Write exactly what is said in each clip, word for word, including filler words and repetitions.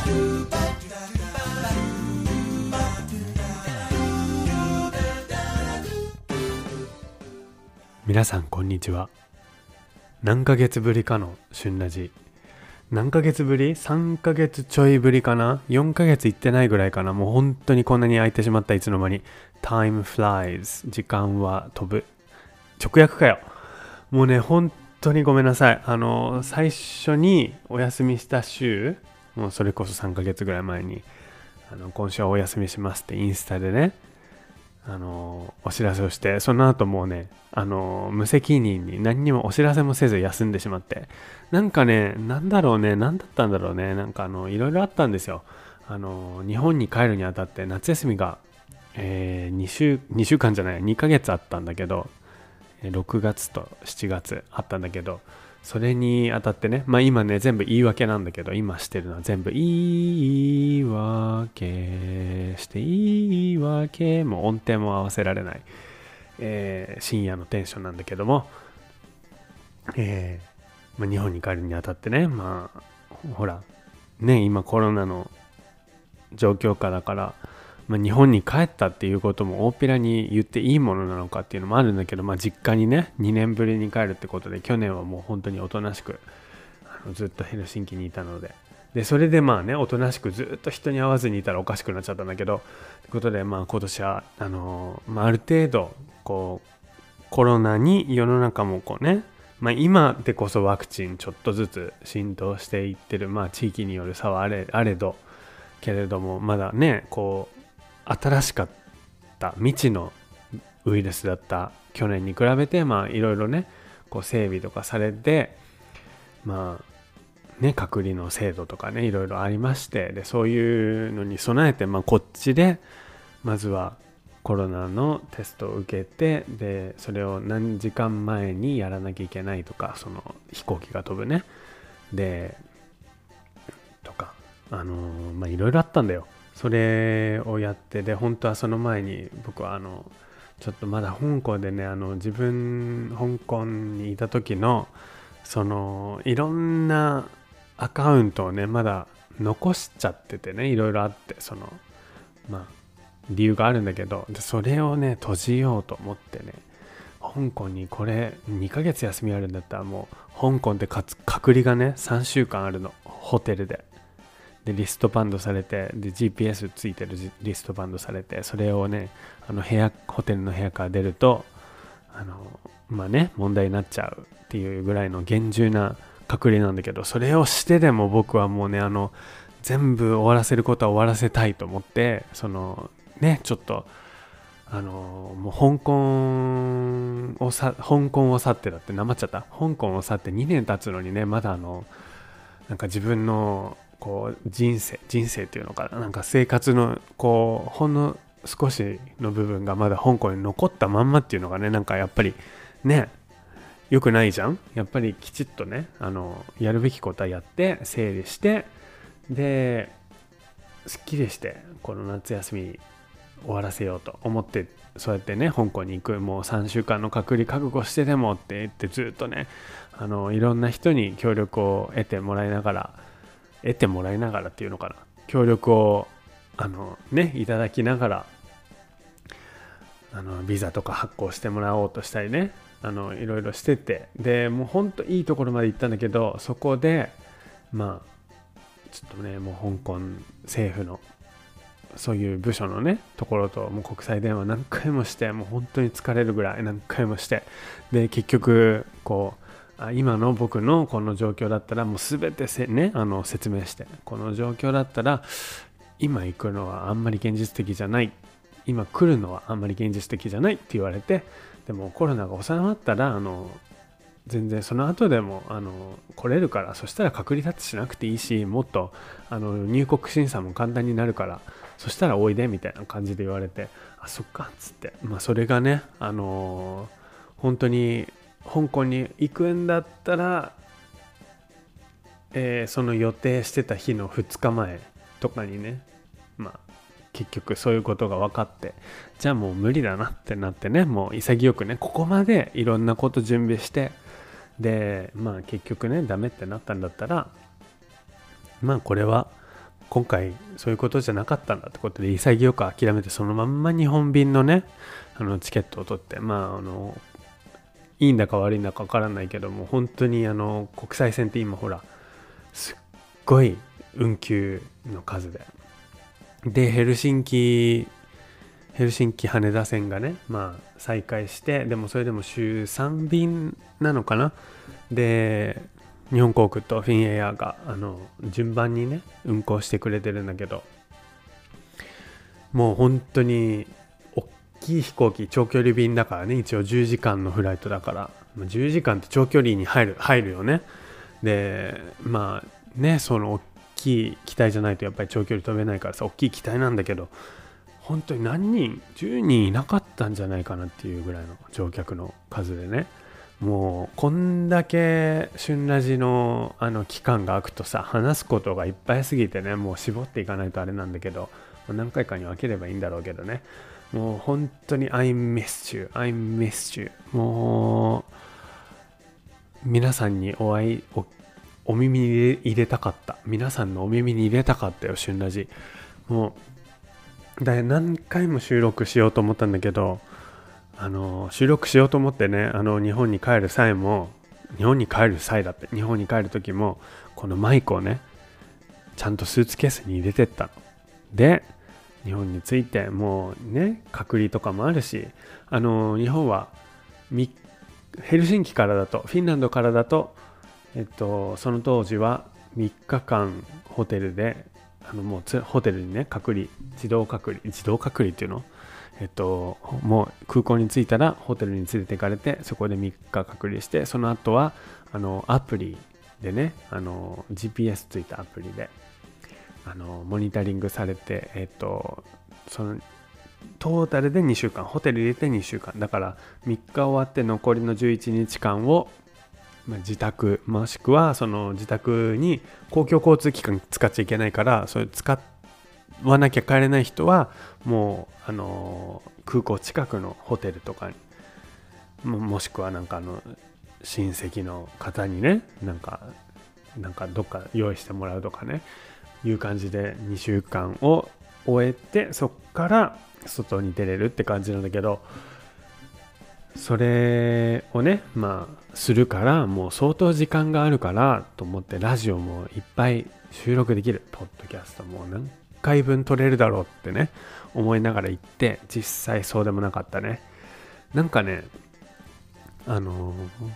皆さんこんにちは。何ヶ月ぶりかの旬ラジ。何ヶ月ぶり ?さん ヶ月ちょいぶりかな ?よん ヶ月行ってないぐらいかな。もう本当にこんなに空いてしまった。いつの間に Time flies 時間は飛ぶ。直訳かよ。もうね本当にごめんなさい。あの最初にお休みした週、もうそれこそさんかげつぐらい前にあの今週はお休みしますってインスタでねあのお知らせをして、その後もうねあの無責任に何にもお知らせもせず休んでしまって、なんかねなんだろうね何だったんだろうねなんかあのいろいろあったんですよ。あの日本に帰るにあたって夏休みが、えー、2週2週間じゃないにかげつあったんだけど、ろくがつとしちがつあったんだけど、それにあたってね、まあ今ね全部言い訳なんだけど、今してるのは全部言い訳して言い訳、もう音程も合わせられない、えー、深夜のテンションなんだけども、えーまあ、日本に帰るにあたってね、まあほらね今コロナの状況下だから、まあ、日本に帰ったっていうことも大っぴらに言っていいものなのかっていうのもあるんだけど、まあ、実家にねにねんぶりに帰るってことで、去年はもう本当におとなしくあのずっとヘルシンキにいたので、でそれでまあねおとなしくずっと人に会わずにいたらおかしくなっちゃったんだけど、ということでまあ今年はあのーまあ、ある程度こうコロナに世の中もこうね、まあ、今でこそワクチンちょっとずつ浸透していってる、まあ地域による差はあれあれどけれども、まだねこう新しかった未知のウイルスだった去年に比べて、まあいろいろねこう整備とかされて、まあね隔離の制度とかねいろいろありまして、でそういうのに備えて、まあこっちでまずはコロナのテストを受けて、でそれを何時間前にやらなきゃいけないとか、その飛行機が飛ぶねでとかあのー、まあいろいろあったんだよ。それをやって、で本当はその前に僕はあのちょっとまだ香港でねあの自分香港にいた時のそのいろんなアカウントをねまだ残しちゃっててね、いろいろあって、そのまあ理由があるんだけど、でそれをね閉じようと思ってね、香港にこれにかげつ休みあるんだったらもう香港でかつ隔離がねさんしゅうかんあるの、ホテルででリストバンドされて、で ジーピーエス ついてるリストバンドされて、それをねあの部屋ホテルの部屋から出るとあのまあね問題になっちゃうっていうぐらいの厳重な隔離なんだけど、それをしてでも僕はもうねあの全部終わらせることは終わらせたいと思って、そのねちょっとあのもう香港をさ香港を去ってだってなまっちゃった香港を去ってにねん経つのにね、まだあのなんか自分のこう人生人生っていうのかな、なんか生活のこうほんの少しの部分がまだ香港に残ったまんまっていうのがね、なんかやっぱりね良くないじゃん。やっぱりきちっとねあのやるべきことはやって整理して、ですっきりしてこの夏休み終わらせようと思って、そうやってね香港に行く、もうさんしゅうかんの隔離覚悟してでもって言ってずっとねあのいろんな人に協力を得てもらいながら得てもらいながらっていうのかな協力をあのねいただきながらあのビザとか発行してもらおうとしたりね、あのいろいろしてて、でもうほんといいところまで行ったんだけど、そこでまあちょっとねもう香港政府のそういう部署のねところともう国際電話何回もして、もう本当に疲れるぐらい何回もして、で結局こうあ今の僕のこの状況だったらもう全てせ、ね、あの説明して、この状況だったら今行くのはあんまり現実的じゃない、今来るのはあんまり現実的じゃないって言われて、でもコロナが収まったらあの全然その後でもあの来れるから、そしたら隔離だってしなくていいし、もっとあの入国審査も簡単になるから、そしたらおいでみたいな感じで言われて、あそっかっつって、まあそれがねあの本当に香港に行くんだったら、えー、その予定してた日のふつかまえとかにね、まあ結局そういうことが分かって、じゃあもう無理だなってなってね、もう潔くねここまでいろんなこと準備して、でまあ結局ねダメってなったんだったら、まあこれは今回そういうことじゃなかったんだってことで潔く諦めて、そのまんま日本便のねあのチケットを取って、まああのいいんだか悪いんだか分からないけども、本当にあの国際線って今ほらすっごい運休の数ででヘルシンキヘルシンキ羽田線がねまあ再開して、でもそれでも週さん便なのかな。で日本航空とフィンエアがあの順番にね運航してくれてるんだけど、もう本当に大きい飛行機、長距離便だからね、一応じゅうじかんのフライトだから、じゅうじかんって長距離に入る入るよね。でまあね、その大きい機体じゃないとやっぱり長距離飛べないからさ、大きい機体なんだけど、本当に何人じゅうにんいなかったんじゃないかなっていうぐらいの乗客の数でね、もうこんだけ旬ラジのあの期間が空くとさ、話すことがいっぱいすぎてね、もう絞っていかないとあれなんだけど、何回かに分ければいいんだろうけどね、もう本当に I miss you I miss you もう皆さんにお会い お, お耳に入れ入れたかった、皆さんのお耳に入れたかったよ旬ラジ。もうだい何回も収録しようと思ったんだけど、あの収録しようと思ってね、あの日本に帰る際も日本に帰る際だって日本に帰る時もこのマイクをねちゃんとスーツケースに入れてったので、日本に着いてもうね隔離とかもあるし、あの日本はヘルシンキからだとフィンランドからだとえっとその当時はみっかかんホテルで、あのもうつホテルにね隔離自動隔離自動隔離っていうのえっと、もう空港に着いたらホテルに連れて行かれて、そこでみっか隔離して、その後はあのアプリでね、あの ジーピーエス ついたアプリであのモニタリングされて、えっとそのトータルでにしゅうかん、ホテル入れてにしゅうかんだからみっか終わって残りのじゅういちにちかんを、まあ、自宅もしくはその自宅に公共交通機関使っちゃいけないから、それ使ってわなきゃ帰れない人はもうあの空港近くのホテルとかに も, もしくはなんかあの親戚の方にねなんかなんかどっか用意してもらうとかねいう感じでにしゅうかんを終えて、そっから外に出れるって感じなんだけど、それをねまあするからもう相当時間があるからと思って、ラジオもいっぱい収録できる、ポッドキャストも何回分撮れるだろうってね思いながら行って、実際そうでもなかったね。なんかねあのー、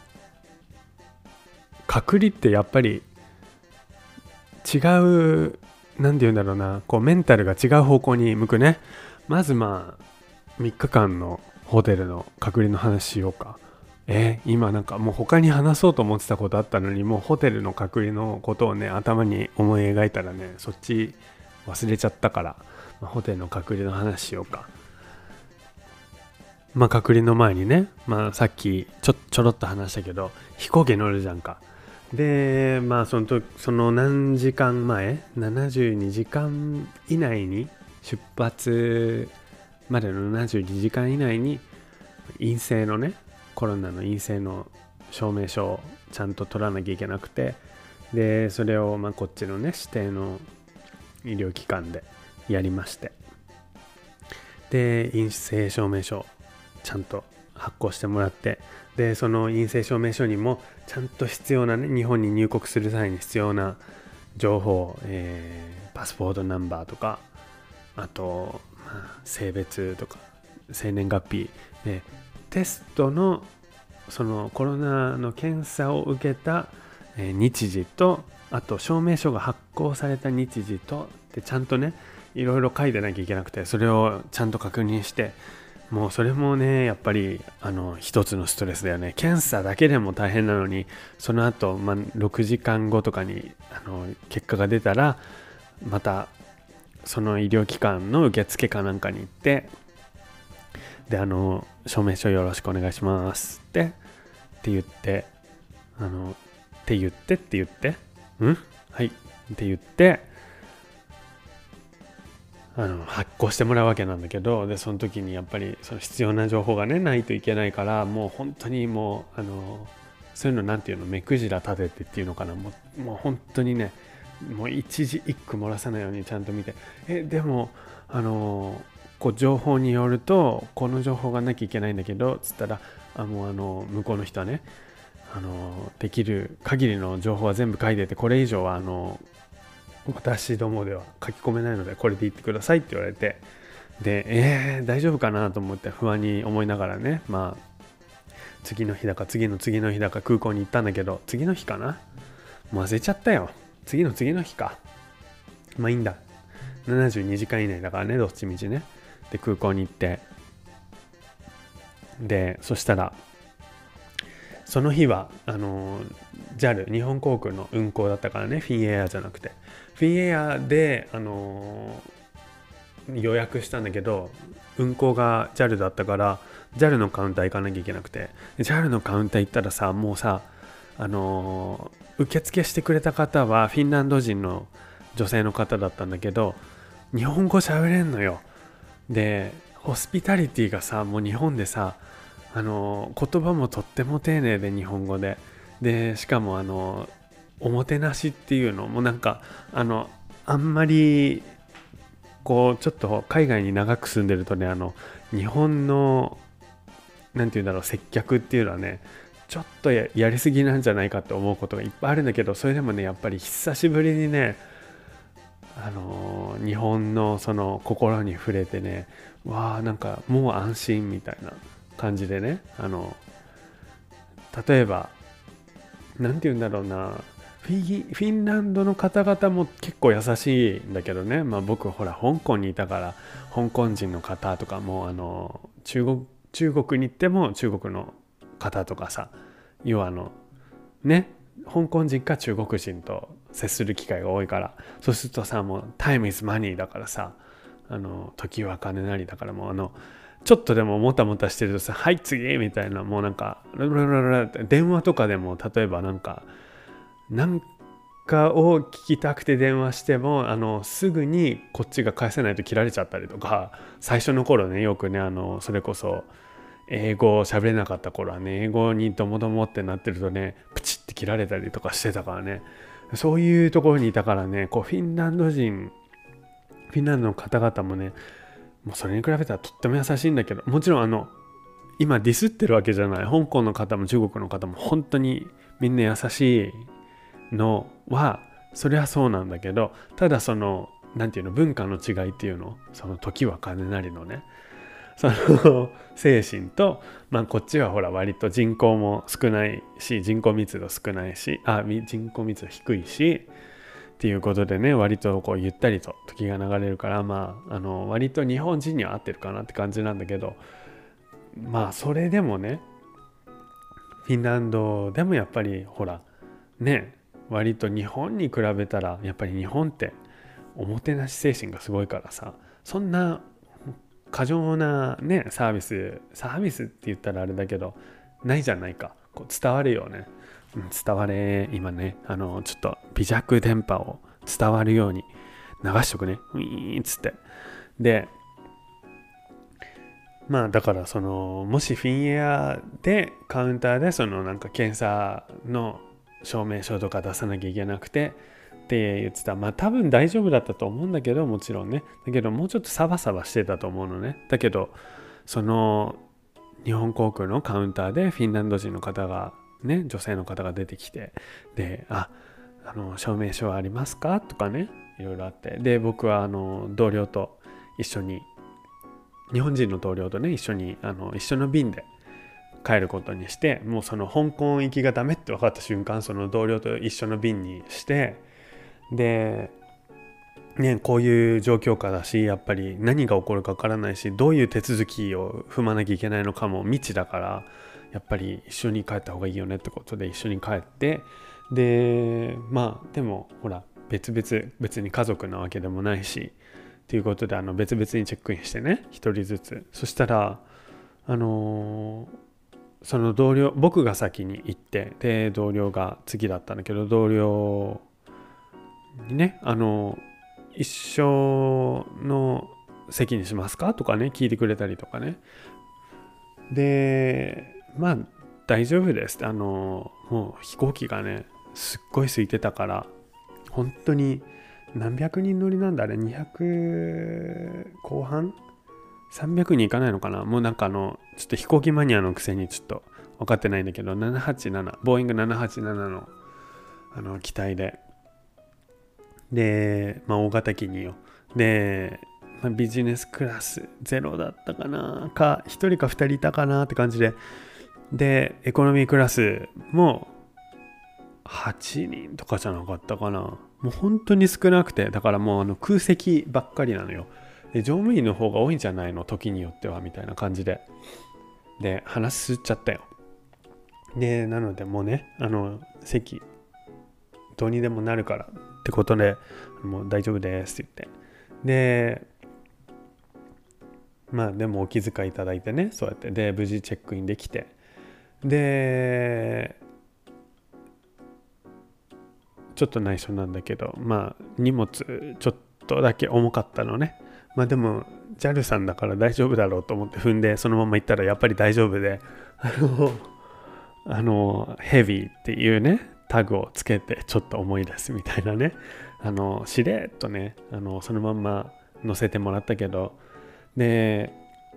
隔離ってやっぱり違う、なんて言うんだろうな、こうメンタルが違う方向に向くね。まずまあみっかかんのホテルの隔離の話しようか。えー、今なんかもう他に話そうと思ってたことあったのに、もうホテルの隔離のことをね頭に思い描いたらねそっち忘れちゃったから、まあ、ホテルの隔離の話しようか。まあ隔離の前にね、まあさっきちょちょろっと話したけど飛行機乗るじゃんか。でまあそのとその何時間前ななじゅうにじかん以内に、出発までのななじゅうにじかん以内に陰性のねコロナの陰性の証明書をちゃんと取らなきゃいけなくて、でそれをまあこっちのね指定の医療機関でやりまして、で陰性証明書ちゃんと発行してもらって、でその陰性証明書にもちゃんと必要なね、日本に入国する際に必要な情報、えー、パスポートナンバーとか、あと、まあ、性別とか生年月日で、テストのそのコロナの検査を受けた、えー、日時と、あと証明書が発行された日時とでちゃんとねいろいろ書いてなきゃいけなくて、それをちゃんと確認して、もうそれもねやっぱりあの一つのストレスだよね。検査だけでも大変なのに、その後、まあ、ろくじかんごとかにあの結果が出たらまたその医療機関の受付かなんかに行って、であの証明書よろしくお願いしますってって言ってあのって言ってって言ってんはいって言ってあの発行してもらうわけなんだけど、でその時にやっぱりその必要な情報がねないといけないから、もう本当にもうあのそういうのなんていうの、目くじら立ててっていうのかな、もう、もう本当にねもう一字一句漏らさないようにちゃんと見て、えでもあのこう情報によるとこの情報がなきゃいけないんだけどつったら、あもうあの向こうの人はね、あのできる限りの情報は全部書いてて、これ以上はあの私どもでは書き込めないのでこれで言ってくださいって言われて、でえー、大丈夫かなと思って不安に思いながらね、まあ次の日だか次の次の日だか空港に行ったんだけど、次の日かな、もう忘れちゃったよ、次の次の日か、まあいいんだ、ななじゅうにじかん以内だからね、どっちみちね。で空港に行って、でそしたらその日はあの ジャル 日本航空の運航だったからね、フィンエアじゃなくてフィンエアであの予約したんだけど、運航が ジャル だったから ジャル のカウンター行かなきゃいけなくて、 ジャル のカウンター行ったらさ、もうさあの受付してくれた方はフィンランド人の女性の方だったんだけど、日本語喋れんのよ。でホスピタリティがさ、もう日本でさ、あの言葉もとっても丁寧で日本語で、でしかもあのおもてなしっていうのもなんかあのあんまりこうちょっと海外に長く住んでるとね、あの日本のなんていうんだろう、接客っていうのはねちょっと や, やりすぎなんじゃないかって思うことがいっぱいあるんだけど、それでもねやっぱり久しぶりにね、あのー日本のその心に触れてね、わあなんかもう安心みたいな感じでね、あの例えばなんて言うんだろうな、フィフィンランドの方々も結構優しいんだけどね、まあ僕ほら香港にいたから香港人の方とかも、あの中国中国に行っても中国の方とかさ、要はあのね香港人か中国人と接する機会が多いから、そうするとさ、もうタイムイズマニーだからさ、あの時は金なりだから、もうあのちょっとでももたもたしてるとさ、はい次みたいな、もうなんかララララって電話とかでも、例えばなんかなんかを聞きたくて電話しても、あのすぐにこっちが返せないと切られちゃったりとか、最初の頃ねよくね、あのそれこそ英語を喋れなかった頃はね、英語にドモドモってなってるとねプチって切られたりとかしてたからね、そういうところにいたからね、こうフィンランド人フィンランドの方々もね、もうそれに比べたらとっても優しいんだけど、もちろんあの今ディスってるわけじゃない、香港の方も中国の方も本当にみんな優しいのはそれはそうなんだけど、ただそのなんていうの、文化の違いっていうの、その時は金なりのね、その精神と、まあこっちはほら割と人口も少ないし、人口密度少ないし、あ人口密度低いしっていうことでね、割とこうゆったりと時が流れるから、まああの割と日本人には合ってるかなって感じなんだけど、まあそれでもね、フィンランドでもやっぱりほらね、割と日本に比べたらやっぱり日本っておもてなし精神がすごいからさ、そんな過剰なねサービスサービスって言ったらあれだけどないじゃないか、こう伝わるよね、うん、伝われ、今ねあのちょっと微弱電波を伝わるように流しとくね、ウィーンっつって。でまあだからそのもしフィンエアでカウンターでそのなんか検査の証明書とか出さなきゃいけなくてって言ってた、まあ多分大丈夫だったと思うんだけど、もちろんね、だけどもうちょっとサバサバしてたと思うのね。だけどその日本航空のカウンターでフィンランド人の方がね、女性の方が出てきて、でああの証明書はありますかとかね、いろいろあって、で僕はあの同僚と一緒に、日本人の同僚とね一緒にあの一緒の便で帰ることにして、もうその香港行きがダメって分かった瞬間、その同僚と一緒の便にして、でね、こういう状況下だし、やっぱり何が起こるか分からないし、どういう手続きを踏まなきゃいけないのかも未知だから、やっぱり一緒に帰った方がいいよねってことで一緒に帰って、でまあでもほら別々別に家族なわけでもないしということで、あの別々にチェックインしてね、一人ずつ。そしたらあのーその同僚、僕が先に行って、で同僚が次だったんだけど、同僚にね、あの一緒の席にしますかとかね聞いてくれたりとかね。でまあ大丈夫です、あのもう飛行機がねすっごい空いてたから、 本当に何百人乗りなんだあれ、にひゃく後半さんびゃくにんいかないのかな。もうなんかあのちょっと飛行機マニアのくせにちょっと分かってないんだけど、ななはちななボーイングななはちななのあの機体で、で、まあ、大型機によで、まあ、ビジネスクラスゼロだったかなかひとりかふたりいたかなって感じで、でエコノミークラスもはちにんとかじゃなかったかな。もう本当に少なくて、だからもうあの空席ばっかりなのよ。で乗務員の方が多いんじゃないの時によってはみたいな感じで、で話すっちゃったよ。でなのでもうね、あの席どうにでもなるからってことで、もう大丈夫ですって言って、でまあでもお気遣いいただいてね、そうやってで無事チェックインできて、でちょっと内緒なんだけど、まあ荷物ちょっとだけ重かったのね。まあでも ジャル さんだから大丈夫だろうと思って踏んでそのまま行ったらやっぱり大丈夫で、あのあのヘビーっていうねタグをつけてちょっと重いですみたいなね、あのしれっとね、あのそのまんま乗せてもらったけど、で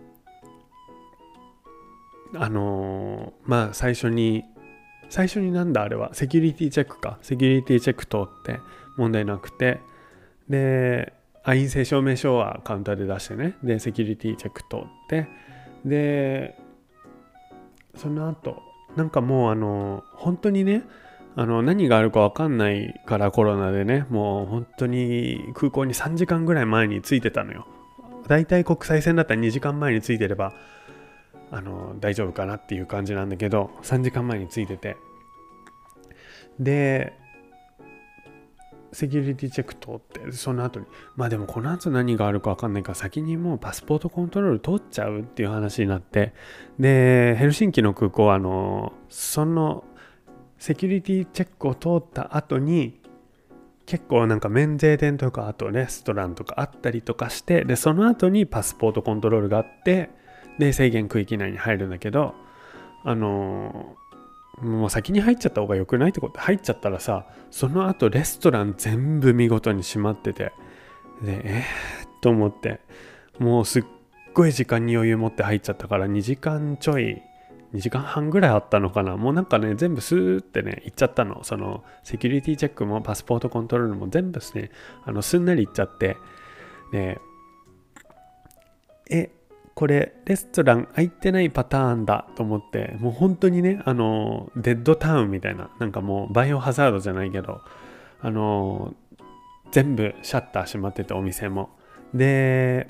あのまあ最初に最初になんだあれはセキュリティチェックかセキュリティチェック通って問題なくて、で陰性証明書はカウンターで出してね、でセキュリティチェック通って、でその後なんかもうあの本当にね、あの何があるか分かんないからコロナでね、もう本当に空港にさんじかんぐらい前に着いてたのよ。だいたい国際線だったらにじかんまえに着いてればあの大丈夫かなっていう感じなんだけど、さんじかんまえに着いてて、でセキュリティチェック通って、その後にまあでもこの後何があるか分かんないから先にもうパスポートコントロール通っちゃうっていう話になって、でヘルシンキの空港はあのそのセキュリティチェックを通った後に結構なんか免税店とかあとレストランとかあったりとかして、でその後にパスポートコントロールがあって、で制限区域内に入るんだけど、あのもう先に入っちゃった方が良くないってこと、入っちゃったらさ、その後レストラン全部見事に閉まってて、でえー、と思って、もうすっごい時間に余裕持って入っちゃったからにじかんちょいにじかんはんぐらいあったのかな。もうなんかね全部スーってね行っちゃったの。そのセキュリティチェックもパスポートコントロールも全部ですね、あのすんなり行っちゃって、でえこれレストラン空いてないパターンだと思って、もう本当にね、あのデッドタウンみたいな、なんかもうバイオハザードじゃないけど、あの全部シャッター閉まってて、お店もで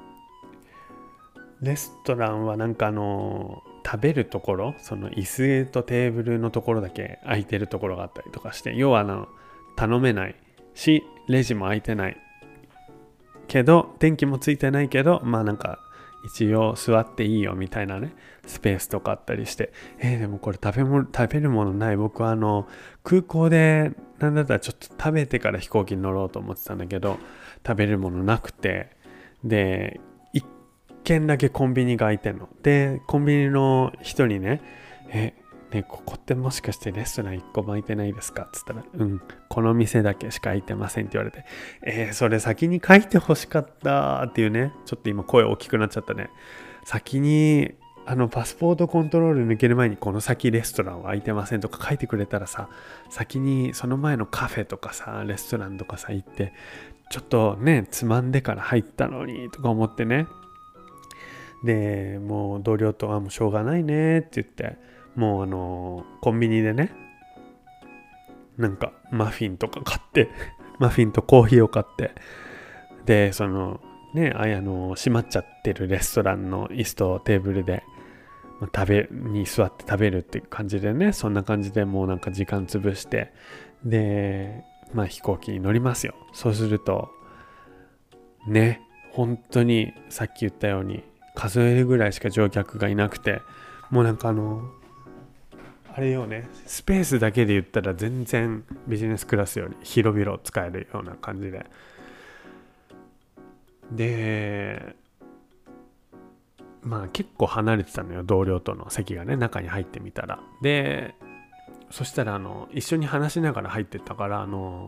レストランはなんかあの食べるところ、その椅子とテーブルのところだけ空いてるところがあったりとかして、要はあの頼めないしレジも空いてないけど電気もついてないけど、まあなんか一応座っていいよみたいなねスペースとかあったりして、えー、でもこれ食べ物食べるものない。僕はあの空港でなんだったらちょっと食べてから飛行機に乗ろうと思ってたんだけど、食べるものなくて、で一軒だけコンビニが開いてんので、コンビニの人にね、えねここってもしかしてレストランいっこも開いてないですかっつったら、うんこの店だけしか開いてませんって言われて、えー、それ先に書いてほしかったっていうね、ちょっと今声大きくなっちゃったね。先にあのパスポートコントロール抜ける前にこの先レストランは開いてませんとか書いてくれたらさ、先にその前のカフェとかさレストランとかさ行ってちょっとねつまんでから入ったのにとか思ってね、でもう同僚とはもうしょうがないねって言って、もうあのコンビニでねなんかマフィンとか買ってマフィンとコーヒーを買って、でそのねあの閉まっちゃってるレストランの椅子とテーブルで食べに座って食べるっていう感じでね、そんな感じでもうなんか時間潰して、でまあ飛行機に乗りますよ。そうするとね本当にさっき言ったように数えるぐらいしか乗客がいなくて、もうなんかあのあれよね、スペースだけで言ったら全然ビジネスクラスより広々使えるような感じで、でまあ結構離れてたのよ、同僚との席がね。中に入ってみたら、でそしたらあの一緒に話しながら入ってったから、あの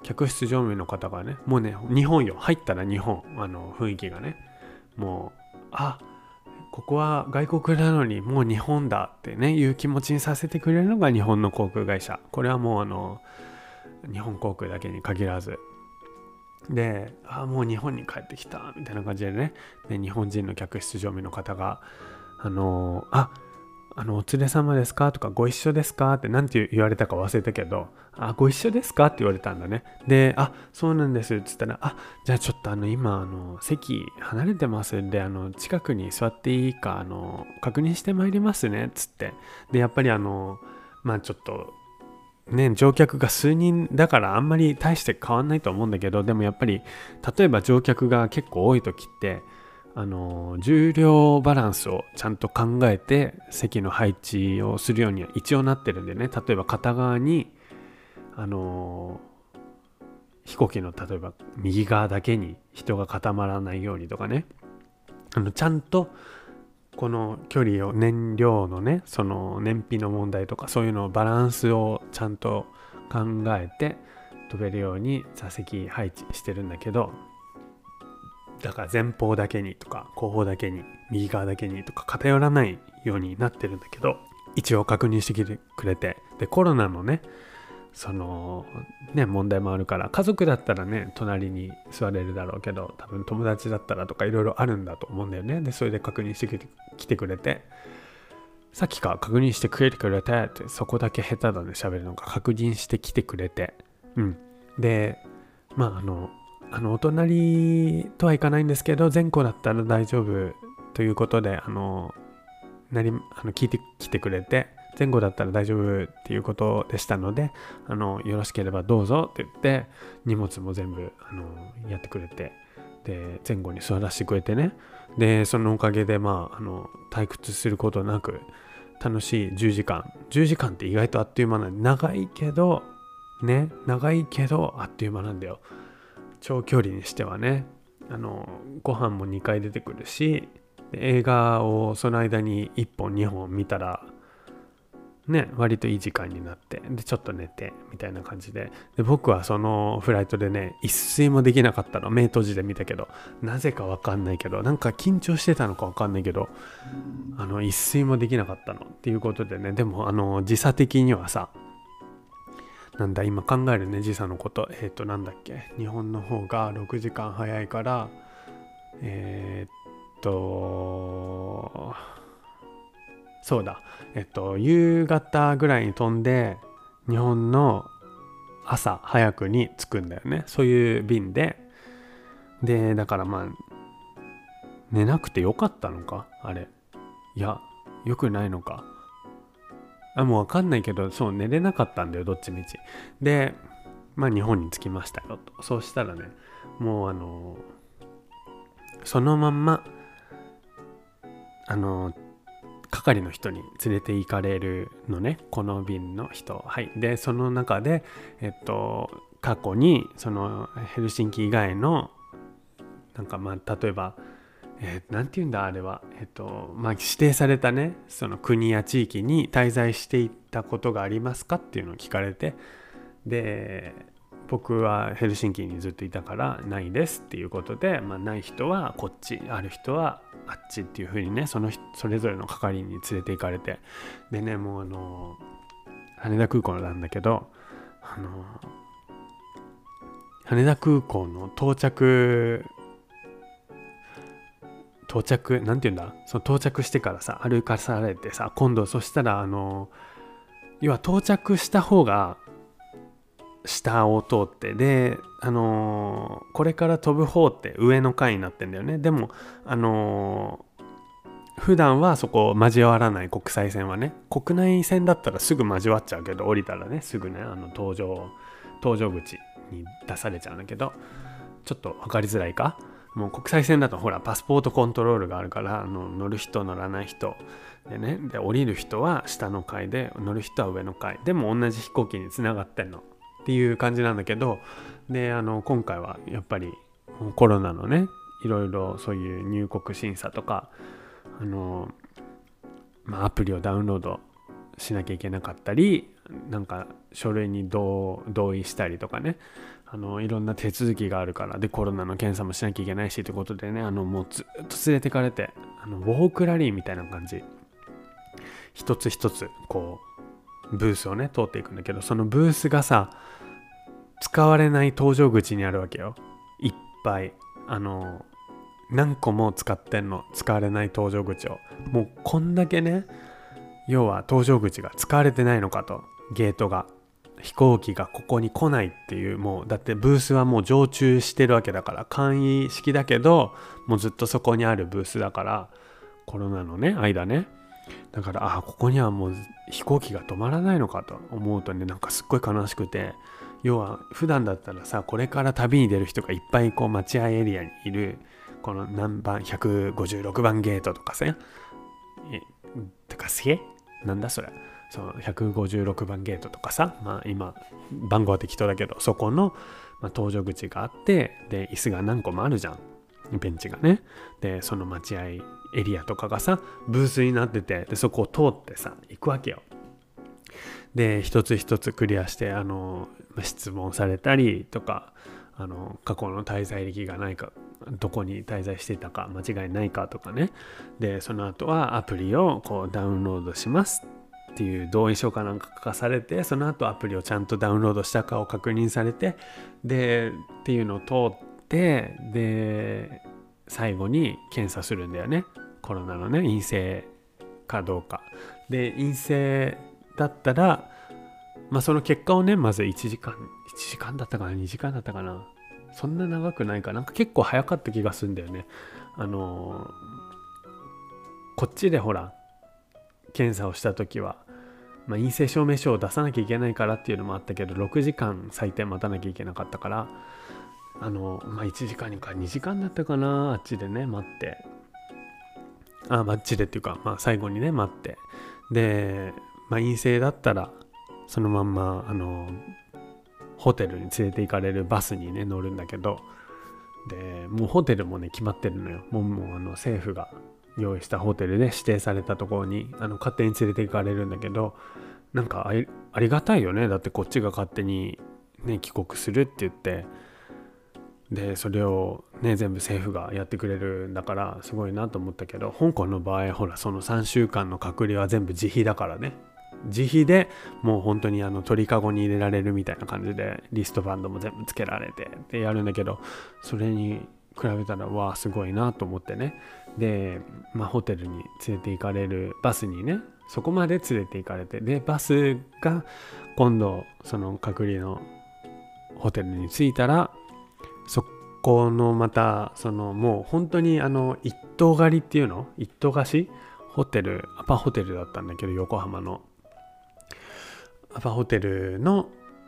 客室乗務員の方がね、もうね日本よ、入ったら日本、あの雰囲気がね、もうあここは外国なのにもう日本だってねいう気持ちにさせてくれるのが日本の航空会社。これはもうあの日本航空だけに限らずで、あもう日本に帰ってきたみたいな感じでね、で日本人の客室乗務員の方があのああのお連れ様ですかとかご一緒ですかってなんて言われたか忘れたけど、あご一緒ですかって言われたんだね。で、あそうなんですっつったら、あじゃあちょっとあの今あの席離れてますんで、あの近くに座っていいかあの確認してまいりますねっつって、でやっぱりあのまあちょっとね乗客が数人だからあんまり大して変わんないと思うんだけど、でもやっぱり例えば乗客が結構多い時ってあの重量バランスをちゃんと考えて席の配置をするようには一応なってるんでね、例えば片側にあの飛行機の例えば右側だけに人が固まらないようにとかね、あのちゃんとこの距離を燃料のねその燃費の問題とかそういうのをバランスをちゃんと考えて飛べるように座席配置してるんだけど、だから前方だけにとか後方だけに右側だけにとか偏らないようになってるんだけど、一応確認してきてくれて、でコロナのねそのね問題もあるから、家族だったらね隣に座れるだろうけど、多分友達だったらとかいろいろあるんだと思うんだよね。でそれで確認してきてきてくれて、さっきから確認してくれてくれてって、そこだけ下手だね喋るのが、確認してきてくれて、うんでまああのあのお隣とはいかないんですけど前後だったら大丈夫ということであのなりあの聞いてきてくれて、前後だったら大丈夫っていうことでしたので、あのよろしければどうぞって言って荷物も全部あのやってくれて、で前後に座らせてくれてね、でそのおかげでまああの退屈することなく楽しいじゅうじかんじゅうじかんって意外とあっという間なんで、長いけどね長いけどあっという間なんだよ、長距離にしてはね。あのご飯もにかい出てくるし、映画をその間にいっぽんにほん見たらね割といい時間になって、でちょっと寝てみたいな感じで、で僕はそのフライトでね一睡もできなかったの。目閉じて見たけどなぜかわかんないけど、なんか緊張してたのかわかんないけどあの一睡もできなかったのっていうことでね、でもあの時差的にはさ、なんだ今考えるね時差のこと、えっとなんだっけ、日本の方がろくじかん早いから、えー、っとそうだえっと夕方ぐらいに飛んで日本の朝早くに着くんだよね、そういう便で。でだからまあ寝なくてよかったのかあれ、いやよくないのか、あもう分かんないけど、そう寝れなかったんだよどっちみちで、まあ日本に着きましたよと。そうしたらねもうあのそのまんまあの係の人に連れて行かれるのね、この便の人。はいでその中でえっと過去にそのヘルシンキ以外のなんかまあ例えばえー、なんて言うんだあれは、えっとまあ、指定されたねその国や地域に滞在していったことがありますかっていうのを聞かれて、で僕はヘルシンキにずっといたからないですっていうことで、まあ、ない人はこっち、ある人はあっちっていう風にね、そのそれぞれの係に連れて行かれて、でねもうあの羽田空港なんだけど、あの羽田空港の到着到着なんていうんだその到着してからさ歩かされてさ、今度そしたらあの要は到着した方が下を通って、であのーこれから飛ぶ方って上の階になってんだよね。でもあのー普段はそこ交わらない、国際線はね。国内線だったらすぐ交わっちゃうけど、降りたらねすぐねあの搭乗搭乗口に出されちゃうんだけど、ちょっと分かりづらいか。もう国際線だとほらパスポートコントロールがあるから、あの乗る人乗らない人でね、で降りる人は下の階で乗る人は上の階でも同じ飛行機につながってんのっていう感じなんだけど、であの今回はやっぱりコロナのねいろいろそういう入国審査とかあの、まあ、アプリをダウンロードしなきゃいけなかったり、なんか書類に同意したりとかね、 あのいろんな手続きがあるから、でコロナの検査もしなきゃいけないしということでね、あのもうずっと連れてかれて、あのウォークラリーみたいな感じ、一つ一つこうブースをね通っていくんだけど、そのブースがさ使われない搭乗口にあるわけよ。いっぱいあの何個も使ってんの、使われない搭乗口を。もうこんだけね、要は搭乗口が使われてないのかと、ゲートが、飛行機がここに来ないっていう、もうだってブースはもう常駐してるわけだから、簡易式だけどもうずっとそこにあるブースだから、コロナのね間ね、だからああここにはもう飛行機が止まらないのかと思うとね、なんかすっごい悲しくて、要は普段だったらさ、これから旅に出る人がいっぱいこう待合エリアにいる、この何番ひゃくごじゅうろくばんゲートとかさ、えてかすげえなんだそれ、そのひゃくごじゅうろくばんゲートとかさ、まあ今番号は適当だけど、そこの、まあ、搭乗口があって、で椅子が何個もあるじゃん、ベンチがね。でその待合エリアとかがさブースになってて、でそこを通ってさ行くわけよ。で一つ一つクリアして、あの質問されたりとか、あの過去の滞在歴がないか、どこに滞在していたか間違いないかとかね。でその後はアプリをこうダウンロードしますっていう同意書かなんか書かされて、その後アプリをちゃんとダウンロードしたかを確認されて、でっていうのを通って、で最後に検査するんだよね、コロナのね陰性かどうかで。陰性だったら、まあその結果をね、まずいちじかんいちじかんだったかなにじかんだったかな、そんな長くないかなんか結構早かった気がするんだよね。あのー、こっちでほら検査をした時は、まあ、陰性証明書を出さなきゃいけないからっていうのもあったけど、ろくじかん最低待たなきゃいけなかったから、あのまあいちじかんかにじかんだったかな、あっちでね待って、ああっちでっていうか、まあ最後にね待って、で、まあ、陰性だったらそのまんまあのホテルに連れて行かれるバスにね乗るんだけど、でもうホテルもね決まってるのよ。もう、もうあの政府が用意したホテルで指定されたところにあの勝手に連れて行かれるんだけど、なんかあり、ありがたいよね。だってこっちが勝手に、ね、帰国するって言って、でそれをね全部政府がやってくれるんだからすごいなと思ったけど、香港の場合ほらそのさんしゅうかんの隔離は全部自費だからね。自費でもう本当にあの鳥かごに入れられるみたいな感じで、リストバンドも全部つけられてってやるんだけど、それに比べたらわあすごいなと思ってね。で、まあ、ホテルに連れて行かれるバスにね、そこまで連れて行かれて、でバスが今度その隔離のホテルに着いたら、そこのまたそのもう本当にあの一棟借りっていうの、一棟貸しホテル、アパホテルだったんだけど、横浜のアパホテルの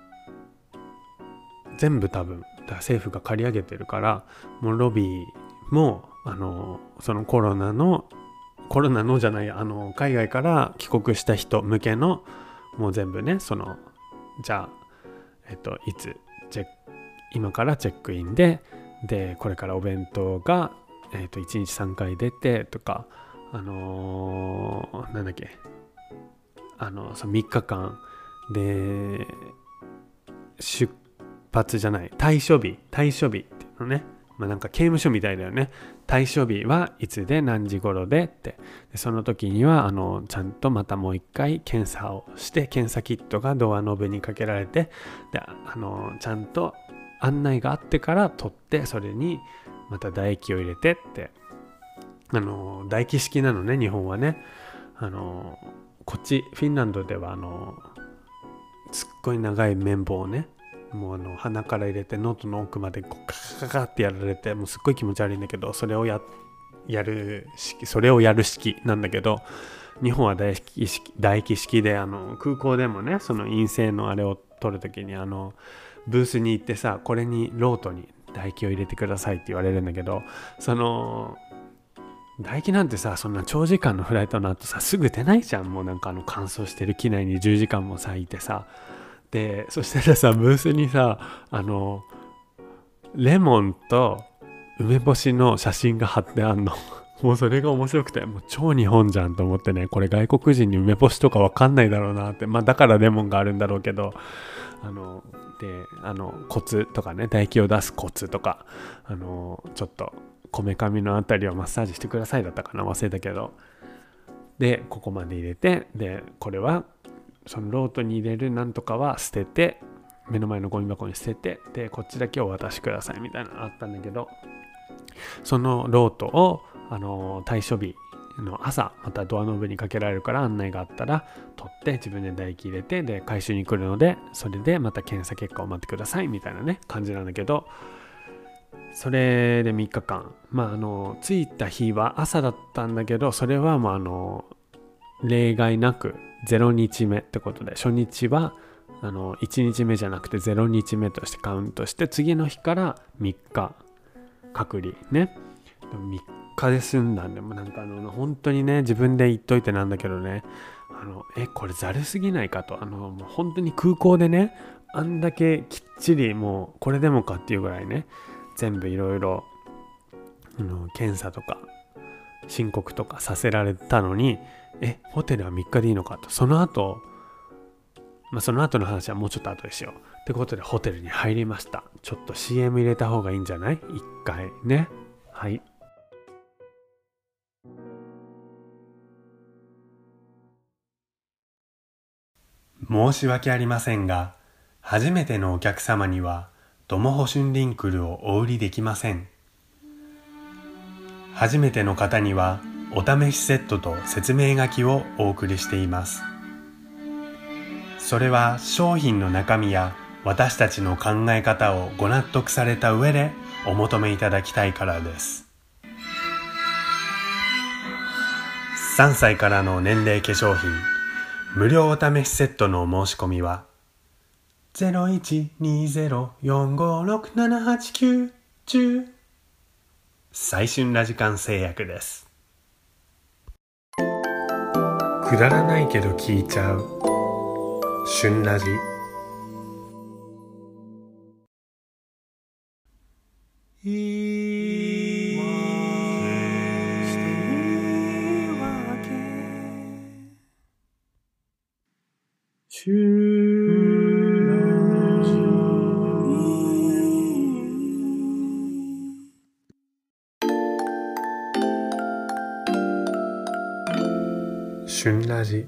全部多分だから政府が借り上げてるから、もうロビーもあのそのコロナのコロナのじゃないあの海外から帰国した人向けのもう全部ね、そのじゃあえっといつチェック今からチェックインででこれからお弁当がえっといちにちさんかい出てとか、あのー、なんだっけあのそのみっかかんで出発じゃない退所日退所日っていうのね、まあなんか刑務所みたいだよね。退所日はいつで何時頃でって、でその時にはあのちゃんとまたもう一回検査をして、検査キットがドアノブにかけられて、であのちゃんと案内があってから取って、それにまた唾液を入れてって、あの唾液式なのね日本はね。あのこっちフィンランドではあのすっごい長い綿棒をね、もうあの鼻から入れて喉の奥までこうカカカカってやられて、もうすっごい気持ち悪いんだけど、それを や, やる式それをやる式なんだけど、日本は唾液式唾液式で、あの空港でもねその陰性のあれを取るときにあのブースに行ってさ、これにロートに唾液を入れてくださいって言われるんだけど、その唾液なんてさ、そんな長時間のフライトの後さすぐ出ないじゃん。もうなんかあの乾燥してる機内にじゅうじかんもさいてさ、でそしたらさブースにさあのレモンと梅干しの写真が貼ってあんのもうそれが面白くて、もう超日本じゃんと思ってね、これ外国人に梅干しとかわかんないだろうなって、まあだからレモンがあるんだろうけど、 あのであのコツとかね、唾液を出すコツとか、あのちょっとこめかみのあたりをマッサージしてくださいだったかな、忘れたけど、でここまで入れて、でこれはそのロートに入れるなんとかは捨てて、目の前のゴミ箱に捨てて、でこっちだけお渡しくださいみたいなのあったんだけど、そのロートをあの対処日の朝またドアノブにかけられるから案内があったら取って自分で唾液入れて、で回収に来るのでそれでまた検査結果を待ってくださいみたいなね感じなんだけど、それでみっかかん、まああの着いた日は朝だったんだけど、それはまああの例外なくゼロにちめってことで、初日はあのいちにちめじゃなくてゼロにちめとしてカウントして、次の日からみっか隔離ね。でもみっかで済んだんで、もなんかあの本当にね、自分で言っといてなんだけどね、あのえこれざるすぎないかと、あのもう本当に空港でね、あんだけきっちりもうこれでもかっていうぐらいね、全部いろいろ検査とか申告とかさせられたのに、えホテルはみっかでいいのかと。その後まあその後の話はもうちょっと後でしようってことで、ホテルに入りました。ちょっと シーエム 入れた方がいいんじゃない？一回ね。はい。申し訳ありませんが、初めてのお客様にはドモホシュンリンクルをお売りできません。初めての方にはお試しセットと説明書きをお送りしています。それは商品の中身や私たちの考え方をご納得された上でお求めいただきたいからです。さんさいからの年齢化粧品無料お試しセットのお申し込みは ゼロいちにゼロよんごろくななはちきゅういち 最春ラジカン製薬です。くだらないけど聞いちゃう春ラジ。いいしてわけ春ラジ。春ラジ。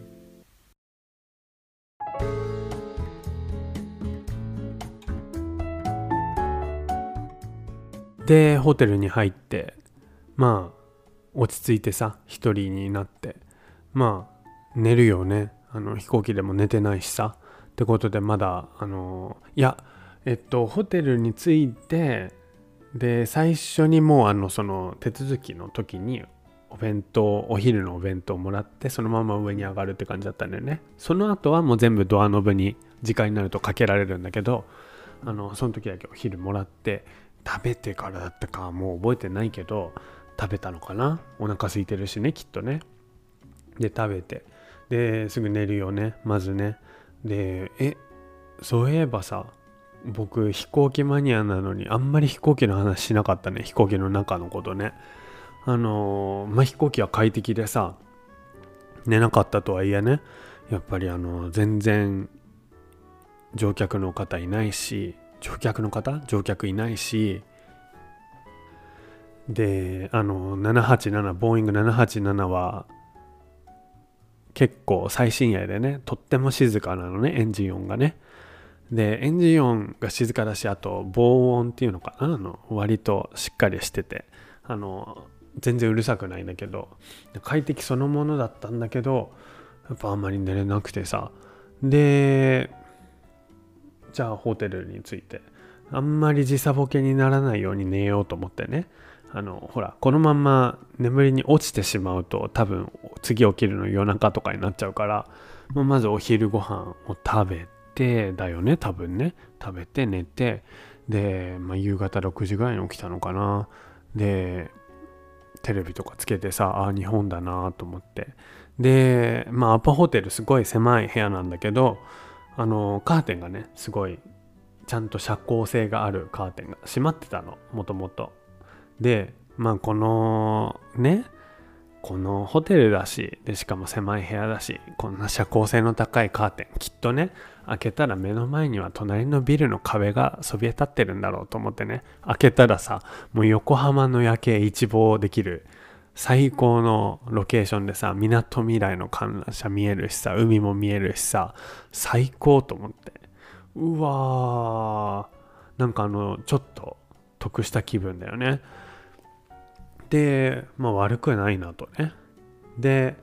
でホテルに入って、まあ落ち着いてさ、一人になって、まあ寝るよね。あの飛行機でも寝てないしさってことで、まだあのいやえっとホテルに着いて、で最初にもうあのその手続きの時にお弁当、お昼のお弁当をもらって、そのまま上に上がるって感じだったんだよね。その後はもう全部ドアノブに時間になるとかけられるんだけど、あのその時だけお昼もらって、食べてからだったかもう覚えてないけど食べたのかな。お腹空いてるしね、きっとね。で食べて、ですぐ寝るよね、まずね。でえそういえばさ、僕飛行機マニアなのにあんまり飛行機の話しなかったね。飛行機の中のことね。あのー、まあ飛行機は快適でさ、寝なかったとはいえね、やっぱりあの全然乗客の方いないし、乗客の方乗客いないし、であのななはちなな、ボーイングななはちななは結構最新鋭でね、とっても静かなのね、エンジン音がね。でエンジン音が静かだし、あと防音っていうのかな、あの割としっかりしてて、あの全然うるさくないんだけど、快適そのものだったんだけど、やっぱあんまり寝れなくてさ。でじゃあホテルに着いて、あんまり時差ボケにならないように寝ようと思ってね、あのほらこのまんま眠りに落ちてしまうと多分次起きるの夜中とかになっちゃうから、まあ、まずお昼ご飯を食べてだよね、多分ね。食べて寝て、で、まあ、夕方ろくじぐらいに起きたのかな。でテレビとかつけてさ、あ日本だなと思って、でまあアパホテルすごい狭い部屋なんだけど、あのカーテンがねすごいちゃんと遮光性があるカーテンが閉まってたの、もともと。でまあこのねこのホテルだし、でしかも狭い部屋だし、こんな遮光性の高いカーテンきっとね、開けたら目の前には隣のビルの壁がそびえ立ってるんだろうと思ってね、開けたらさ、もう横浜の夜景一望できる最高のロケーションでさ、みなとみらいの観覧車見えるしさ、海も見えるしさ、最高と思って、うわー、なんかあのちょっと得した気分だよね。で、まあ悪くないなとね。で、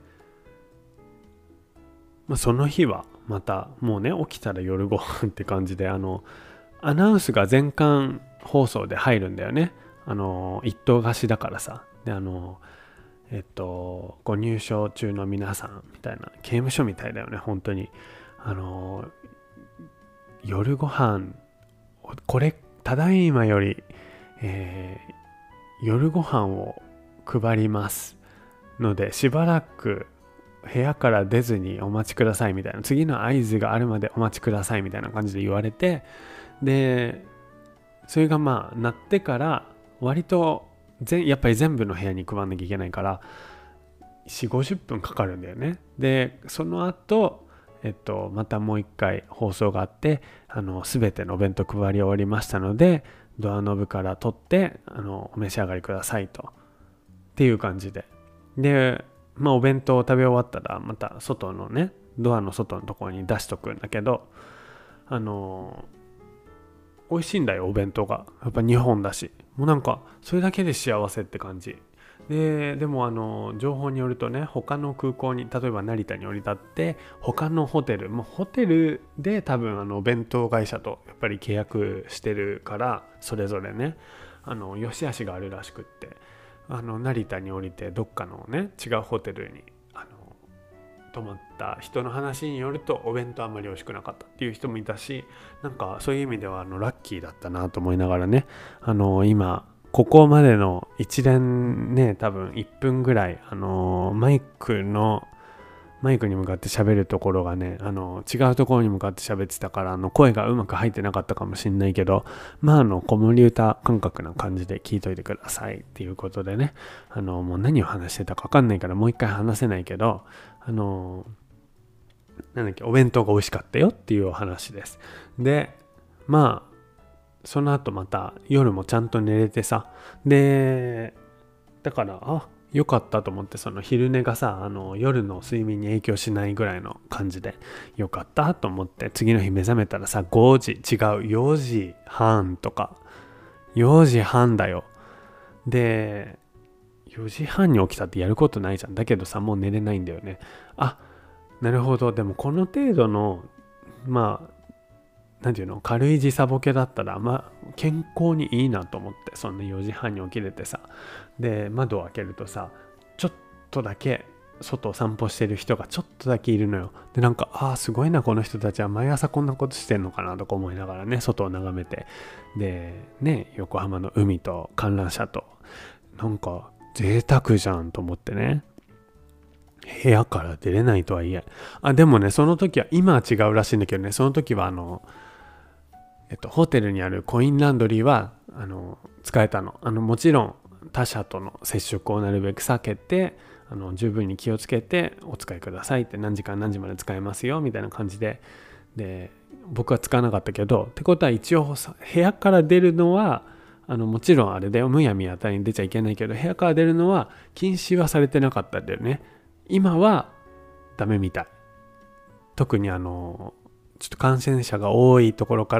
まあ、その日はまたもうね、起きたら夜ご飯って感じで、あのアナウンスが全館放送で入るんだよね。あの一棟貸しだからさ。で、あのえっとご入所中の皆さんみたいな、刑務所みたいだよね本当に。あの夜ご飯これただいまより、えー夜ご飯を配りますので、しばらく部屋から出ずにお待ちくださいみたいな、次の合図があるまでお待ちくださいみたいな感じで言われて、でそれがまあ鳴ってから割とぜやっぱり全部の部屋に配んなきゃいけないからよんじゅうごじゅっぷんかかるんだよね。でその後えっとまたもう一回放送があって、あの全てのお弁当配り終わりましたので、ドアノブから取ってあのお召し上がりくださいとっていう感じで、でまあお弁当を食べ終わったらまた外のね、ドアの外のところに出しとくんだけど、あの美味しいんだよお弁当が。やっぱ日本だし、もうなんかそれだけで幸せって感じで。でもあの情報によるとね、他の空港に、例えば成田に降り立って他のホテル、もうホテルで多分あの弁当会社とやっぱり契約してるから、それぞれね、あの良し悪しがあるらしくって、あの成田に降りてどっかのね違うホテルにあの泊まった人の話によると、お弁当あんまり美味しくなかったっていう人もいたし、なんかそういう意味ではあのラッキーだったなと思いながらね、あの今ここまでの一連ね、多分いっぷんぐらいあのマイクのマイクに向かって喋るところがね、あの違うところに向かって喋ってたから、あの声がうまく入ってなかったかもしれないけど、まああの子守歌感覚な感じで聞いといてくださいっていうことでね、あのもう何を話してたか分かんないからもう一回話せないけど、あのなんだっけ、お弁当が美味しかったよっていうお話です。でまあその後また夜もちゃんと寝れてさ、でだからあよかったと思って、その昼寝がさ、あの夜の睡眠に影響しないぐらいの感じでよかったと思って、次の日目覚めたらさ、ごじ、違うよじはんとか、よじはんだよ。でよじはんに起きたってやることないじゃん。だけどさ、もう寝れないんだよね。あ、なるほど。でもこの程度のまあなんていうの、軽い時差ボケだったらまあ健康にいいなと思って、そんなよじはんに起きれてさ、で窓を開けるとさ、ちょっとだけ外を散歩してる人がちょっとだけいるのよ。でなんか、ああすごいな、この人たちは毎朝こんなことしてんのかなとか思いながらね、外を眺めて、でね、横浜の海と観覧車と、なんか贅沢じゃんと思ってね、部屋から出れないとはいえ、あでもね、その時は、今は違うらしいんだけどね、その時はあのえっと、ホテルにあるコインランドリーはあの使えたの。あのもちろん他者との接触をなるべく避けて、あの十分に気をつけてお使いくださいって、何時間何時まで使えますよみたいな感じで、で僕は使わなかったけど、ってことは一応部屋から出るのはあのもちろんあれだよ、むやみやたりに出ちゃいけないけど、部屋から出るのは禁止はされてなかったんだよね。今はダメみたい。特にあのちょっと感染者が多いところから、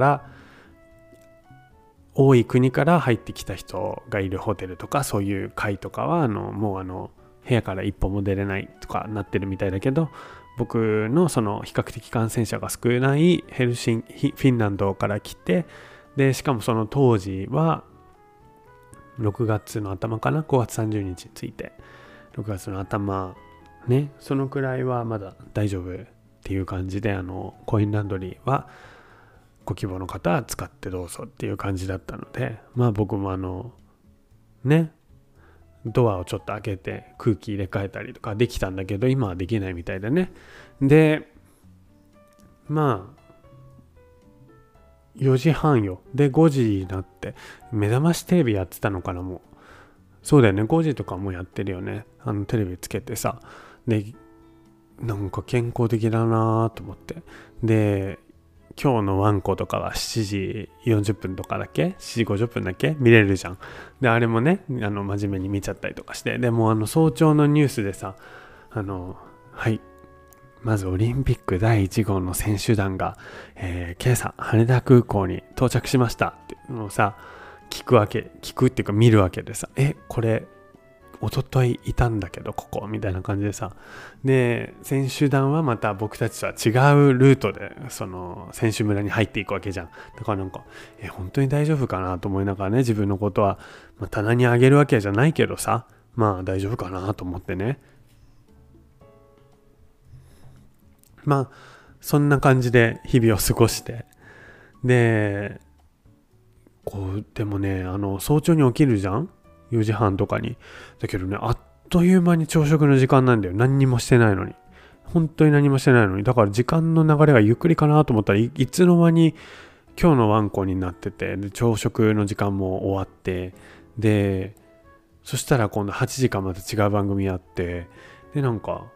多い国から入ってきた人がいるホテルとか、そういう階とかはあのもうあの部屋から一歩も出れないとかなってるみたいだけど、僕のその比較的感染者が少ないヘルシンキ、フィンランドから来て、でしかもその当時はろくがつの頭かな、ごがつさんじゅうにちについて、ろくがつの頭ね、そのくらいはまだ大丈夫っていう感じで、あのコインランドリーはご希望の方は使ってどうぞっていう感じだったので、まあ僕もあのね、ドアをちょっと開けて空気入れ替えたりとかできたんだけど、今はできないみたいだね。でまあよじはんよ。でごじになって、目覚ましテレビやってたのかな、もそうだよね、ごじとかもやってるよね。あのテレビつけてさ、でなんか健康的だなと思って、で今日のワンコとかはしちじよんじゅっぷんとかだっけ、しちじごじゅっぷんだっけ見れるじゃん。であれもね、あの真面目に見ちゃったりとかして、でもあの早朝のニュースでさ、あのはいまずオリンピックだいいち号の選手団が、えー、今朝羽田空港に到着しましたっていうのをさ聞くわけ、聞くっていうか見るわけでさ、えこれ一昨日いたんだけどここみたいな感じでさ、で選手団はまた僕たちとは違うルートでその選手村に入っていくわけじゃん。だからなんかえ本当に大丈夫かなと思いながらね、自分のことは、まあ、棚にあげるわけじゃないけどさ、まあ大丈夫かなと思ってね、まあそんな感じで日々を過ごして、でこうでもね、あの早朝に起きるじゃん、よじはんとかに。だけどね、あっという間に朝食の時間なんだよ。何にもしてないのに。本当に何もしてないのに。だから時間の流れがゆっくりかなと思ったら い, いつの間に今日のワンコになってて、で朝食の時間も終わって、でそしたら今度はちじかんまた違う番組やって、でなんか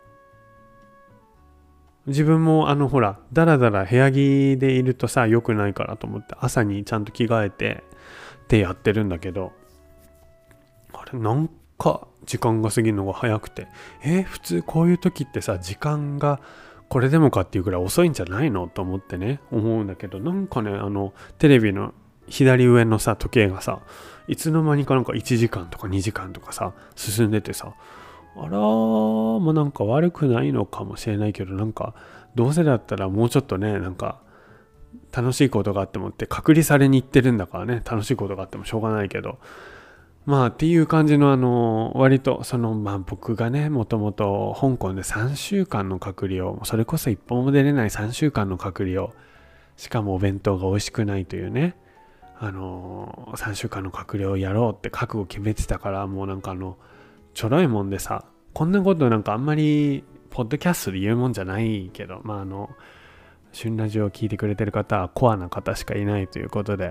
自分もあのほらだらだら部屋着でいるとさ良くないからと思って朝にちゃんと着替えてってやってるんだけど、あれなんか時間が過ぎるのが早くて、え普通こういう時ってさ時間がこれでもかっていうくらい遅いんじゃないのと思ってね思うんだけど、なんかねあのテレビの左上のさ時計がさいつの間にかなんかいちじかんとかにじかんとかさ進んでてさ、あらーもうなんか悪くないのかもしれないけど、なんかどうせだったらもうちょっとねなんか楽しいことがあってもって隔離されに行ってるんだからね、楽しいことがあってもしょうがないけど、まあっていう感じのあの割とそのまあ僕がねもともと香港でさんしゅうかんの隔離を、それこそ一歩も出れないさんしゅうかんの隔離を、しかもお弁当が美味しくないというね、あのさんしゅうかんの隔離をやろうって覚悟決めてたから、もうなんかあのちょろいもんでさ、こんなことなんかあんまりポッドキャストで言うもんじゃないけど、まああの旬ラジオを聞いてくれてる方はコアな方しかいないということで、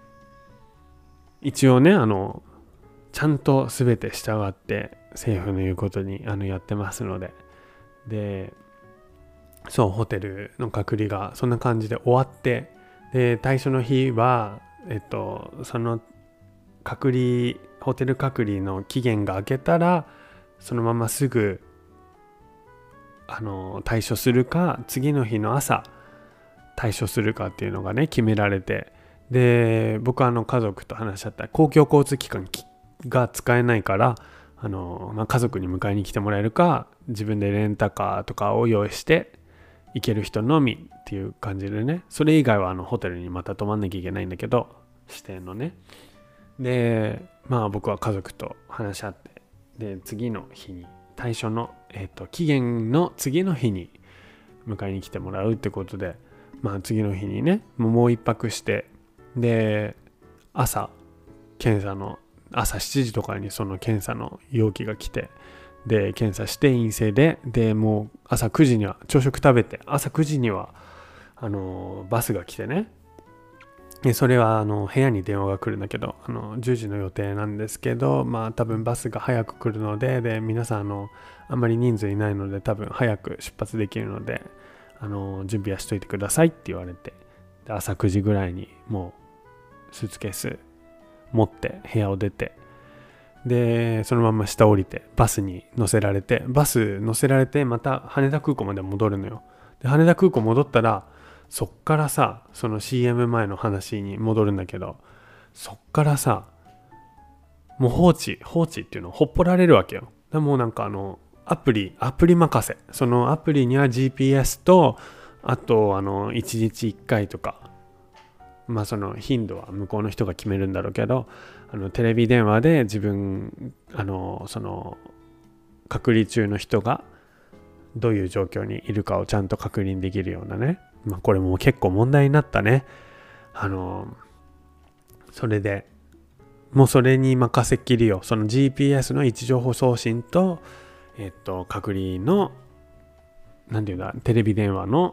一応ねあのちゃんと全て従って政府の言うことにあのやってますので、でそうホテルの隔離がそんな感じで終わって、で最初の日はえっとその隔離ホテル隔離の期限が明けたらそのまますぐあの対処するか、次の日の朝対処するかっていうのがね決められて、で僕はあの家族と話し合ったら公共交通機関が使えないから、あの、まあ、家族に迎えに来てもらえるか自分でレンタカーとかを用意して行ける人のみっていう感じでね、それ以外はあのホテルにまた泊まんなきゃいけないんだけど指定のね、でまあ僕は家族と話し合って、で次の日に対処の、えーと、期限の次の日に迎えに来てもらうってことで、まあ次の日にねもう一泊して、で朝検査の朝しちじとかにその検査の容器が来て、で検査して陰性で、でもう朝くじには朝食食べて、朝くじにはあのバスが来てね、でそれはあの部屋に電話が来るんだけど、あのじゅうじの予定なんですけど、まあ多分バスが早く来るので、で皆さんあのあんまり人数いないので多分早く出発できるので、あの準備はしといてくださいって言われて、で朝くじぐらいにもうスーツケース持って部屋を出て、でそのまま下降りてバスに乗せられて、バス乗せられてまた羽田空港まで戻るのよ。で羽田空港戻ったらそっからさ、その シーエム 前の話に戻るんだけど、そっからさもう放置放置っていうのをほっぽられるわけよ。でもうなんかあのアプリアプリ任せ、そのアプリには ジーピーエス と、あとあのいちにちいっかいとか、まあその頻度は向こうの人が決めるんだろうけど、あのテレビ電話で自分あのその隔離中の人がどういう状況にいるかをちゃんと確認できるようなね、まあこれも結構問題になったね。あのそれでもうそれに任せっきりよ。その ジーピーエス の位置情報送信とえっと隔離のなんていうんだテレビ電話の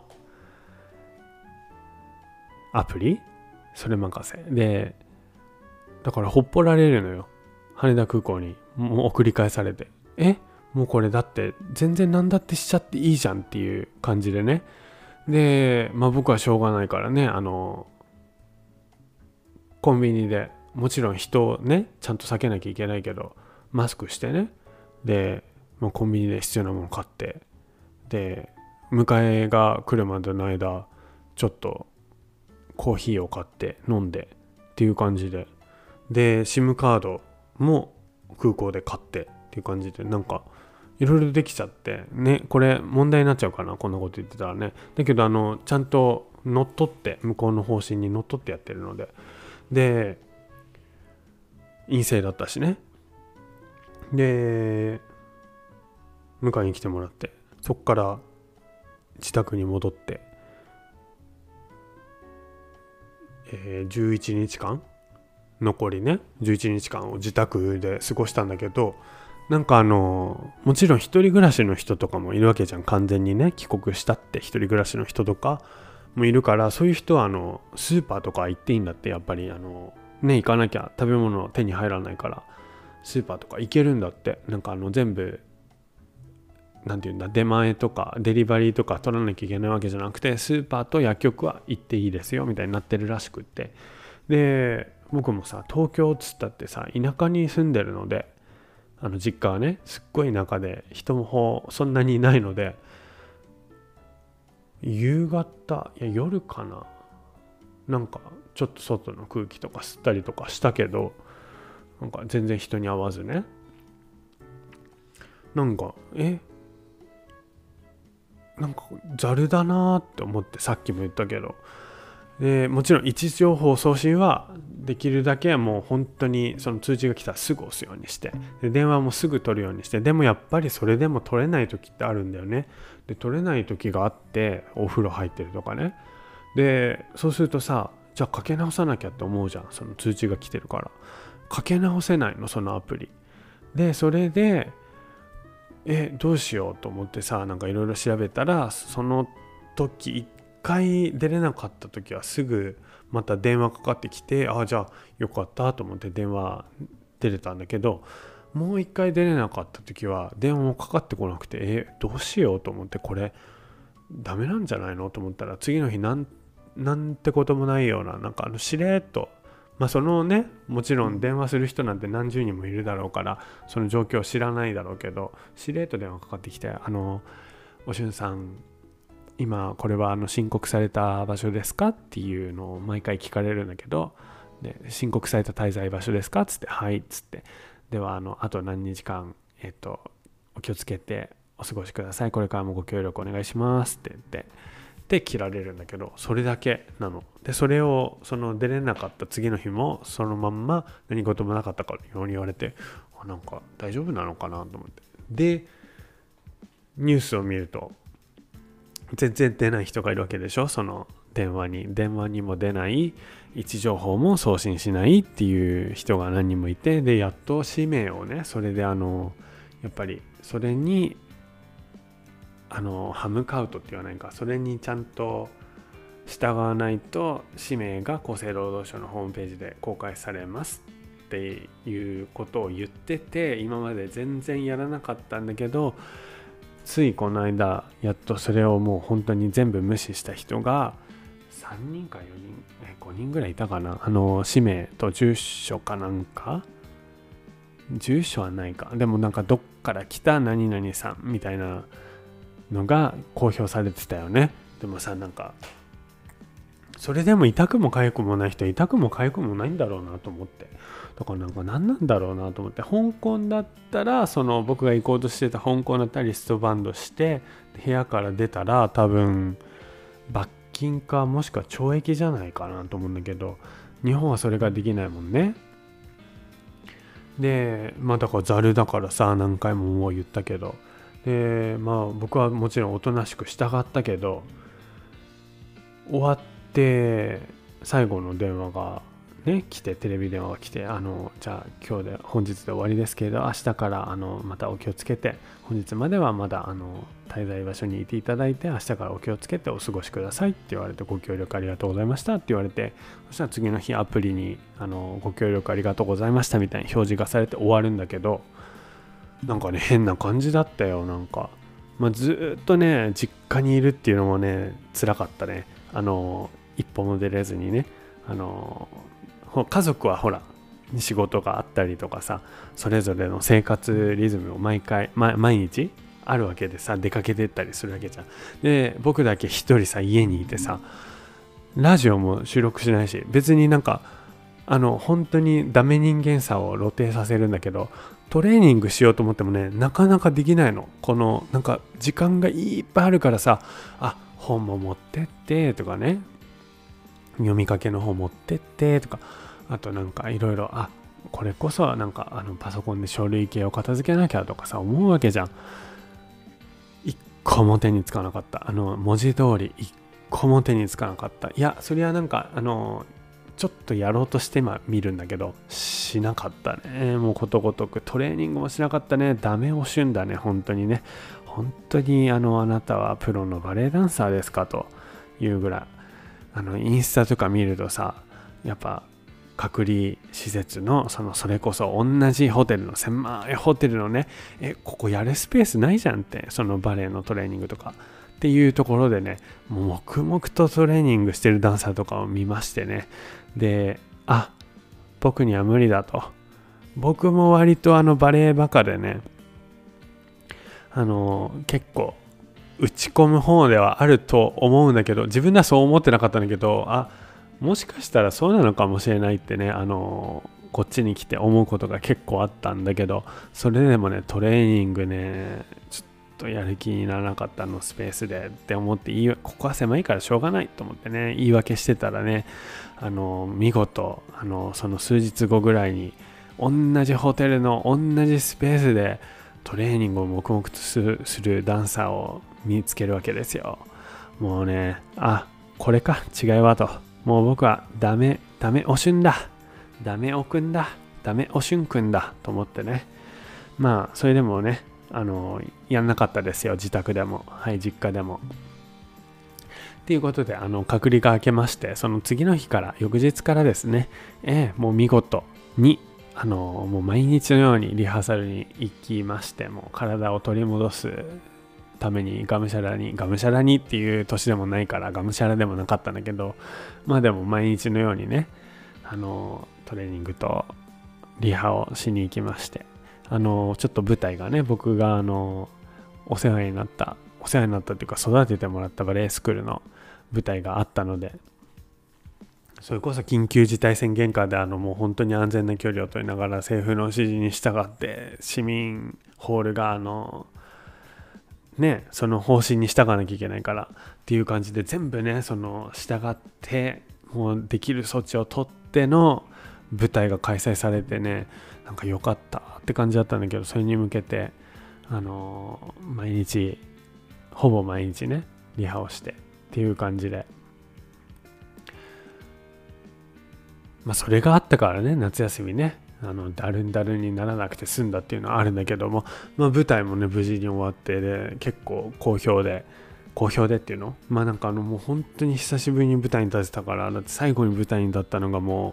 アプリ、それ任せで、だからほっぽられるのよ。 羽田空港にもう送り返されて、えもうこれだって全然何だってしちゃっていいじゃんっていう感じでね。でまあ僕はしょうがないからね、あのコンビニでもちろん人をねちゃんと避けなきゃいけないけどマスクしてね、で、まあ、コンビニで必要なもの買って、で迎えが来るまでの間ちょっとコーヒーを買って飲んでっていう感じで、で SIM カードも空港で買ってっていう感じで、なんかいろいろできちゃってね、これ問題になっちゃうかなこんなこと言ってたらね。だけどあのちゃんと乗っ取って向こうの方針に乗っ取ってやってるので、で陰性だったしね。で迎えに来てもらって、そっから自宅に戻って、えー、じゅういちにちかん残りねじゅういちにちかんを自宅で過ごしたんだけど、なんかあのもちろん一人暮らしの人とかもいるわけじゃん。完全にね帰国したって一人暮らしの人とかもいるから、そういう人はあのスーパーとか行っていいんだって。やっぱりあのね行かなきゃ食べ物手に入らないからスーパーとか行けるんだって。なんかあの全部なんていうんだ、出前とかデリバリーとか取らなきゃいけないわけじゃなくて、スーパーと薬局は行っていいですよみたいになってるらしくって、で僕もさ東京っつったってさ田舎に住んでるので、あの実家はねすっごい田舎で人もそんなにいないので、夕方いや夜かな、なんかちょっと外の空気とか吸ったりとかしたけど、なんか全然人に会わずね、なんかえなんかざるだなって思って、さっきも言ったけど、でもちろん位置情報送信はできるだけもう本当にその通知が来たらすぐ押すようにして、で電話もすぐ取るようにして、でもやっぱりそれでも取れない時ってあるんだよね。で取れない時があって、お風呂入ってるとかね。でそうするとさ、じゃあかけ直さなきゃって思うじゃん。その通知が来てるからかけ直せないの、そのアプリで。それでえどうしようと思ってさ、なんかいろいろ調べたら、その時一回出れなかった時はすぐまた電話かかってきて、ああじゃあよかったと思って電話出れたんだけど、もう一回出れなかった時は電話もかかってこなくて、えどうしようと思って、これダメなんじゃないのと思ったら、次の日なんなんてこともないような、なんかあのしれっと、まあそのねもちろん電話する人なんて何十人もいるだろうからその状況を知らないだろうけど、しれっと電話かかってきて、あのおしゅんさん今これはあの申告された場所ですかっていうのを毎回聞かれるんだけど、で申告された滞在場所ですかっつって、はいっつって、ではあのあと何日間えっとお気をつけてお過ごしください、これからもご協力お願いしますって言ってで切られるんだけど、それだけなので、それをその出れなかった次の日もそのまんま何事もなかったかように言われて、あなんか大丈夫なのかなと思って、でニュースを見ると全然出ない人がいるわけでしょ。その電話に電話にも出ない、位置情報も送信しないっていう人が何人もいて、でやっと氏名をね、それであのやっぱりそれにあのハムカウトって言わないか、それにちゃんと従わないと氏名が厚生労働省のホームページで公開されますっていうことを言ってて、今まで全然やらなかったんだけど、ついこの間やっとそれをもう本当に全部無視した人がさんにんかよにんえごにんぐらいいたかな。あの氏名と住所かなんか、住所はないか、でもなんかどっから来た何々さんみたいなのが公表されてたよね。でもさ、なんかそれでも痛くも痒くもない人、痛くも痒くもないんだろうなと思って、だからなんか何なんだろうなと思って、香港だったらその僕が行こうとしてた香港だったらリストバンドして部屋から出たら多分罰金かもしくは懲役じゃないかなと思うんだけど、日本はそれができないもんね。でまあだからざるだからさ、何回ももう言ったけど、でまあ僕はもちろんおとなしく従ったけど、終わって最後の電話がね来てテレビ電話が来て、あのじゃあ今日で本日で終わりですけれど、明日からあのまたお気をつけて、本日まではまだあの滞在場所にいていただいて、明日からお気をつけてお過ごしくださいって言われて、ご協力ありがとうございましたって言われて、そしたら次の日アプリにあのご協力ありがとうございましたみたいに表示がされて終わるんだけど、なんかね変な感じだったよ。なんか、まあ、ずっとね実家にいるっていうのもね辛かったね。あの一歩も出れずにね、あの家族はほら仕事があったりとかさ、それぞれの生活リズムを毎回、ま、毎日あるわけでさ、出かけてったりするわけじゃん。で僕だけ一人さ家にいてさ、ラジオも収録しないし、別になんかあの本当にダメ人間さを露呈させるんだけど、トレーニングしようと思ってもねなかなかできないの。このなんか時間がいっぱいあるからさ、あ本も持ってってとかね、読みかけの本持ってってとか、あとなんかいろいろ、あこれこそなんかあのパソコンで書類系を片付けなきゃとかさ思うわけじゃん。一個も手につかなかった。あの文字通り一個も手につかなかった。いやそれはなんかあのちょっとやろうとして今見るんだけどしなかったね。もうことごとくトレーニングもしなかったね。ダメ押しんだね本当にね。本当にあのあなたはプロのバレエダンサーですかというぐらい、あのインスタとか見るとさ、やっぱ隔離施設のそのそれこそ同じホテルの狭いホテルのね、えここやるスペースないじゃんって、そのバレエのトレーニングとかっていうところでね、もう黙々とトレーニングしてるダンサーとかを見ましてね、であ僕には無理だと。僕も割とあのバレエバカでね、あの結構打ち込む方ではあると思うんだけど、自分ではそう思ってなかったんだけど、あもしかしたらそうなのかもしれないってね、あのこっちに来て思うことが結構あったんだけど、それでもねトレーニングねちょっとやる気にならなかったの、スペースでって思って、いいここは狭いからしょうがないと思ってね言い訳してたらね、あの見事あのその数日後ぐらいに同じホテルの同じスペースでトレーニングを黙々とする、するダンサーを見つけるわけですよ。もうね、あこれか違いはと、もう僕はダメダメおしゅんだダメおくんだダメおしゅんくんだと思ってね、まあそれでもねあのやんなかったですよ、自宅でも、はい実家でも。ということであの隔離が明けまして、その次の日から翌日からですね、えー、もう見事にあのもう毎日のようにリハーサルに行きまして、もう体を取り戻すためにがむしゃらにがむしゃらにっていう年でもないからがむしゃらでもなかったんだけど、まあでも毎日のようにねあのトレーニングとリハをしに行きまして、あのちょっと舞台がね、僕があのお世話になったお世話になったっていうか育ててもらったバレエスクールの舞台があったので、それこそ緊急事態宣言下であのもう本当に安全な距離を取りながら政府の指示に従って市民ホールがあのねその方針に従わなきゃいけないからっていう感じで、全部ねその従ってもうできる措置を取っての舞台が開催されてね、なんか良かったって感じだったんだけど、それに向けてあの毎日ほぼ毎日ねリハをしてっていう感じで、まあそれがあったからね夏休みねあのだるんだるんにならなくて済んだっていうのはあるんだけども、まあ舞台もね無事に終わってで結構好評で好評でっていうのまあなんかあのもう本当に久しぶりに舞台に立てたから、だって最後に舞台に立ったのがも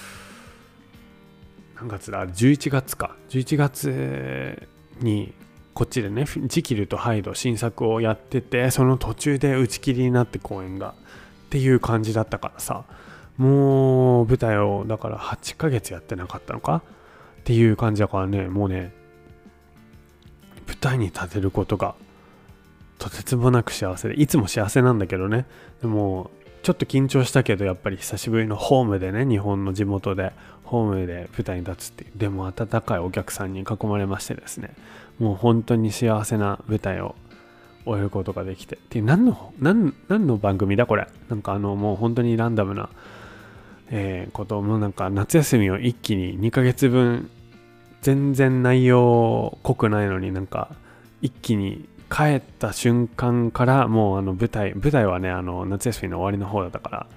う何月だじゅういちがつかじゅういちがつにこっちでねジキルとハイド新作をやってて、その途中で打ち切りになって公演がっていう感じだったからさ、もう舞台をだからはちかげつやってなかったのかっていう感じだからね、もうね舞台に立てることがとてつもなく幸せで、いつも幸せなんだけどね、でもちょっと緊張したけどやっぱり久しぶりのホームでね、日本の地元でホームで舞台に立つっていう、でも温かいお客さんに囲まれましてですね、もう本当に幸せな舞台を終えることができてっていう、何の何何の番組だこれ、なんかあのもう本当にランダムな、えー、こともなんか夏休みを一気ににかげつぶん全然内容濃くないのになんか一気に帰った瞬間からもうあの舞台舞台はねあの夏休みの終わりの方だったから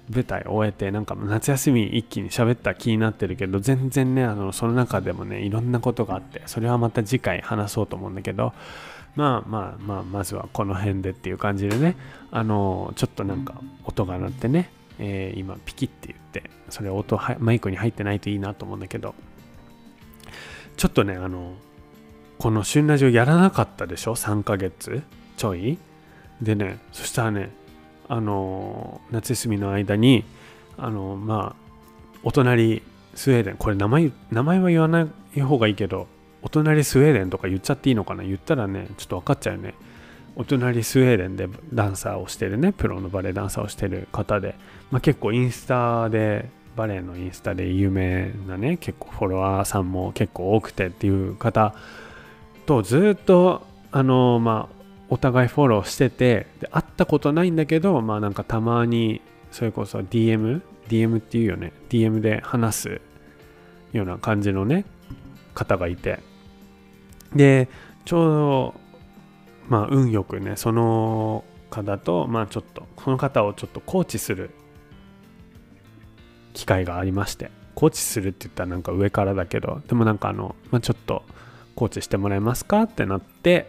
舞台終えてなんか夏休み一気に喋った気になってるけど、全然ねあのその中でもねいろんなことがあって、それはまた次回話そうと思うんだけど、まあまあまあまずはこの辺でっていう感じでね、あのちょっとなんか音が鳴ってね、えー、今ピキって言ってそれ音はマイクに入ってないといいなと思うんだけど、ちょっとねあのこの旬ラジオやらなかったでしょ、さんかげつちょいでね、そしたらねあの夏休みの間にあのまあお隣スウェーデン、これ名前名前は言わない方がいいけど、お隣スウェーデンとか言っちゃっていいのかな、言ったらねちょっと分かっちゃうよね。お隣スウェーデンでダンサーをしてるね、プロのバレエダンサーをしてる方で、まあ、結構インスタでバレエのインスタで有名なね、結構フォロワーさんも結構多くてっていう方とずっとあのまあお互いフォローしてて、で会ったことないんだけど、まあなんかたまにそれこそ ディーエム ディーエム っていうよね、 ディーエム で話すような感じのね方がいて、でちょうどまあ運よくねその方とまあちょっとこの方をちょっとコーチする機会がありまして、コーチするって言ったらなんか上からだけど、でもなんかあの、まあ、ちょっとコーチしてもらえますかってなって、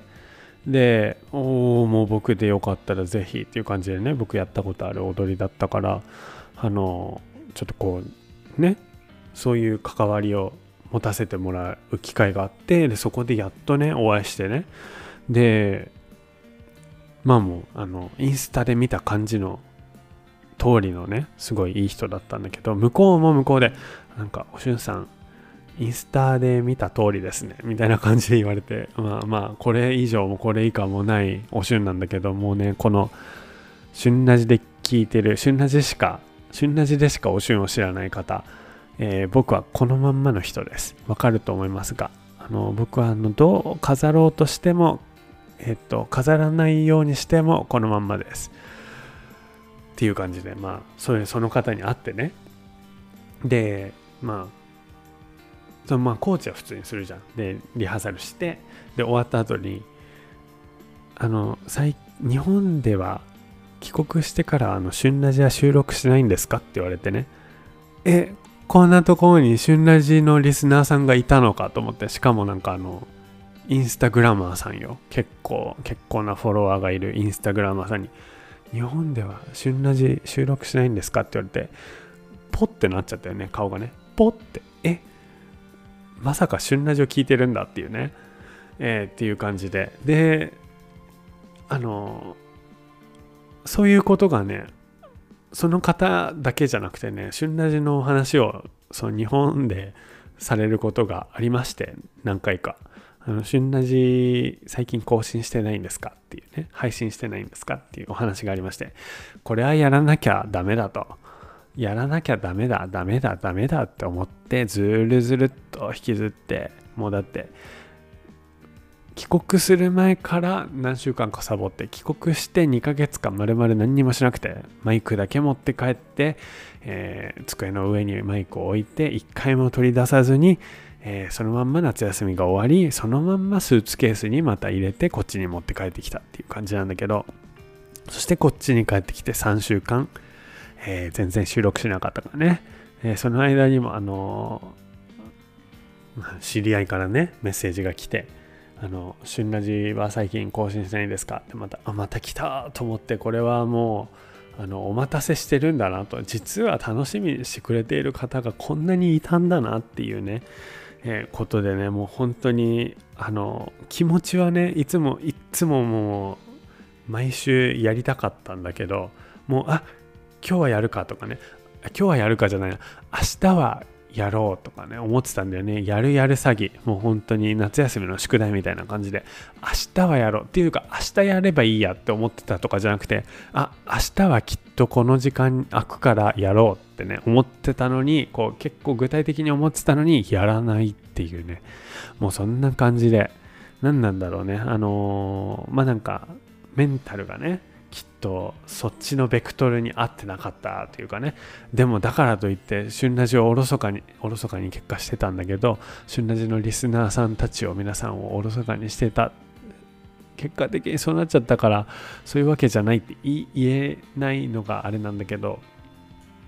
でおもう僕でよかったらぜひっていう感じでね、僕やったことある踊りだったから、あのちょっとこうねそういう関わりを持たせてもらう機会があって、でそこでやっとねお会いしてね、でまあもうあのインスタで見た感じの通りのねすごいいい人だったんだけど、向こうも向こうでなんかおしゅんさんインスタで見た通りですねみたいな感じで言われて、まあまあこれ以上もこれ以下もないおしゅんなんだけど、もうねこの旬ラジで聞いてる旬ラジしか旬ラジでしかおしゅんを知らない方、えー、僕はこのまんまの人です。わかると思いますが、あの僕はあのどう飾ろうとしてもえっと飾らないようにしてもこのまんまですっていう感じで、まあそれその方に会ってね、でまあそのまあコーチは普通にするじゃん。でリハーサルしてで終わった後にあの最日本では帰国してからあの旬ラジは収録しないんですかって言われてね、えこんなところに旬ラジのリスナーさんがいたのかと思って、しかもなんかあのインスタグラマーさんよ、結構結構なフォロワーがいるインスタグラマーさんに日本では旬ラジ収録しないんですかって言われて、ポッてなっちゃったよね、顔がねポッて、えまさか旬ラジを聞いてるんだっていうね、えー、っていう感じで、であのそういうことがねその方だけじゃなくてね、旬ラジのお話をその日本でされることがありまして、何回かあの旬ラジ最近更新してないんですかっていうね、配信してないんですかっていうお話がありまして、これはやらなきゃダメだと、やらなきゃダメだダメだダメだって思ってずるずるっと引きずって、もうだって帰国する前から何週間かサボって、帰国してにかげつかん丸々何にもしなくて、マイクだけ持って帰って、えー、机の上にマイクを置いて一回も取り出さずに、えー、そのまんま夏休みが終わり、そのまんまスーツケースにまた入れてこっちに持って帰ってきたっていう感じなんだけど、そしてこっちに帰ってきてさんしゅうかん、えー、全然収録しなかったからね、えー、その間にもあのー、知り合いからねメッセージが来て、あの旬ラジは最近更新してないですかって、またあまた来たと思って、これはもうあのお待たせしてるんだなと、実は楽しみにしてくれている方がこんなにいたんだなっていうね、えー、ことでね、もう本当にあの気持ちはねいつもいつももう毎週やりたかったんだけど、もうあ今日はやるかとかね、今日はやるかじゃないな、明日はやろうとかね思ってたんだよね。やるやる詐欺、もう本当に夏休みの宿題みたいな感じで、明日はやろうっていうか明日やればいいやって思ってたとかじゃなくて、あ明日はきっとこの時間空くからやろうってね思ってたのに、こう結構具体的に思ってたのにやらないっていうね、もうそんな感じで、何なんだろうね、あのー、まあなんかメンタルがねきっとそっちのベクトルに合ってなかったというかね、でもだからといって旬ラジをおろそかにおろそかに結果してたんだけど、旬ラジのリスナーさんたちを皆さんをおろそかにしてた結果的にそうなっちゃったから、そういうわけじゃないって言えないのがあれなんだけど、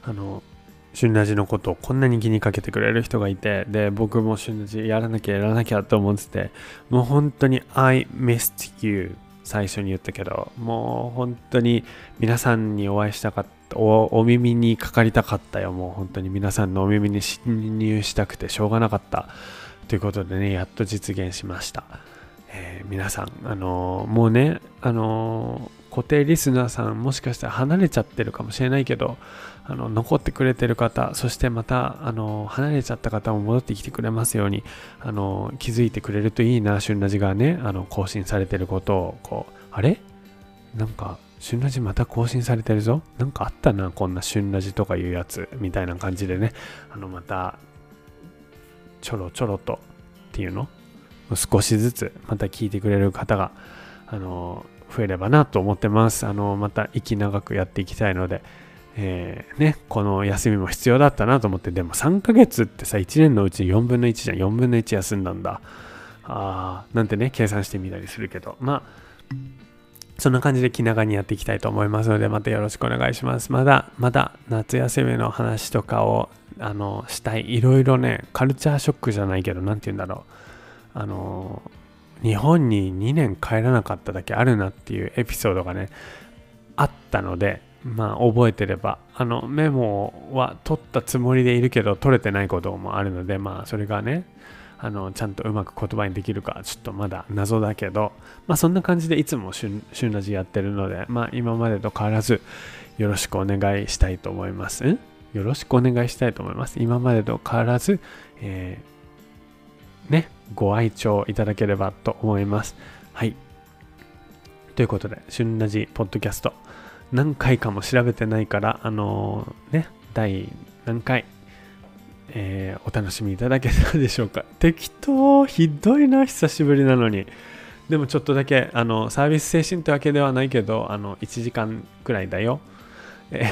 あの旬ラジのことをこんなに気にかけてくれる人がいて、で僕も旬ラジやらなきゃやらなきゃと思ってて、もう本当に I missed you 最初に言ったけど、もう本当に皆さんにお会いしたかった、 お, お耳にかかりたかったよ。もう本当に皆さんのお耳に侵入したくてしょうがなかったということでね、やっと実現しました。えー、皆さんあのー、もうねあのー固定リスナーさんもしかしたら離れちゃってるかもしれないけど、あの残ってくれてる方、そしてまたあの離れちゃった方も戻ってきてくれますように、あの気づいてくれるといいな。旬ラジがねあの更新されてることをこう、あれなんか旬ラジまた更新されてるぞ、なんかあったなこんな旬ラジとかいうやつみたいな感じでね、あのまたちょろちょろとっていうの少しずつまた聞いてくれる方があの増えればなと思ってます。あのまた息長くやっていきたいので、えー、ねこの休みも必要だったなと思って。でもさんかげつってさ、いちねんのうちよんぶんのいちじゃん。よんぶんのいち休んだんだあーなんてね計算してみたりするけど、まあそんな感じで気長にやっていきたいと思いますので、またよろしくお願いします。まだまだ夏休みの話とかをあのしたい、いろいろねカルチャーショックじゃないけど、なんて言うんだろう、あの日本ににねん帰らなかっただけあるなっていうエピソードがねあったので、まあ覚えてれば、あのメモは取ったつもりでいるけど取れてないこともあるので、まあそれがねあのちゃんとうまく言葉にできるかちょっとまだ謎だけど、まあそんな感じでいつも旬ラジやってるので、まあ今までと変わらずよろしくお願いしたいと思います。んよろしくお願いしたいと思います。今までと変わらず、えー、ねご愛聴いただければと思います。はい。ということで、旬ラジポッドキャスト、何回かも調べてないから、あのー、ね、第何回、えー、お楽しみいただけたでしょうか。適当、ひどいな、久しぶりなのに。でもちょっとだけ、あの、サービス精神ってわけではないけど、あの、いちじかんくらいだよ。え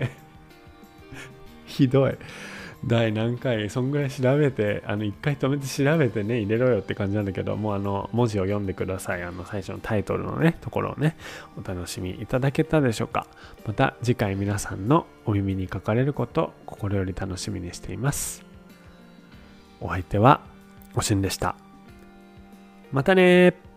ひどい。第何回そんぐらい調べて、あの一回止めて調べてね入れろよって感じなんだけど、もうあの文字を読んでください。あの最初のタイトルのねところをねお楽しみいただけたでしょうか。また次回皆さんのお耳にかかれること心より楽しみにしています。お相手はおしんでした。またねー。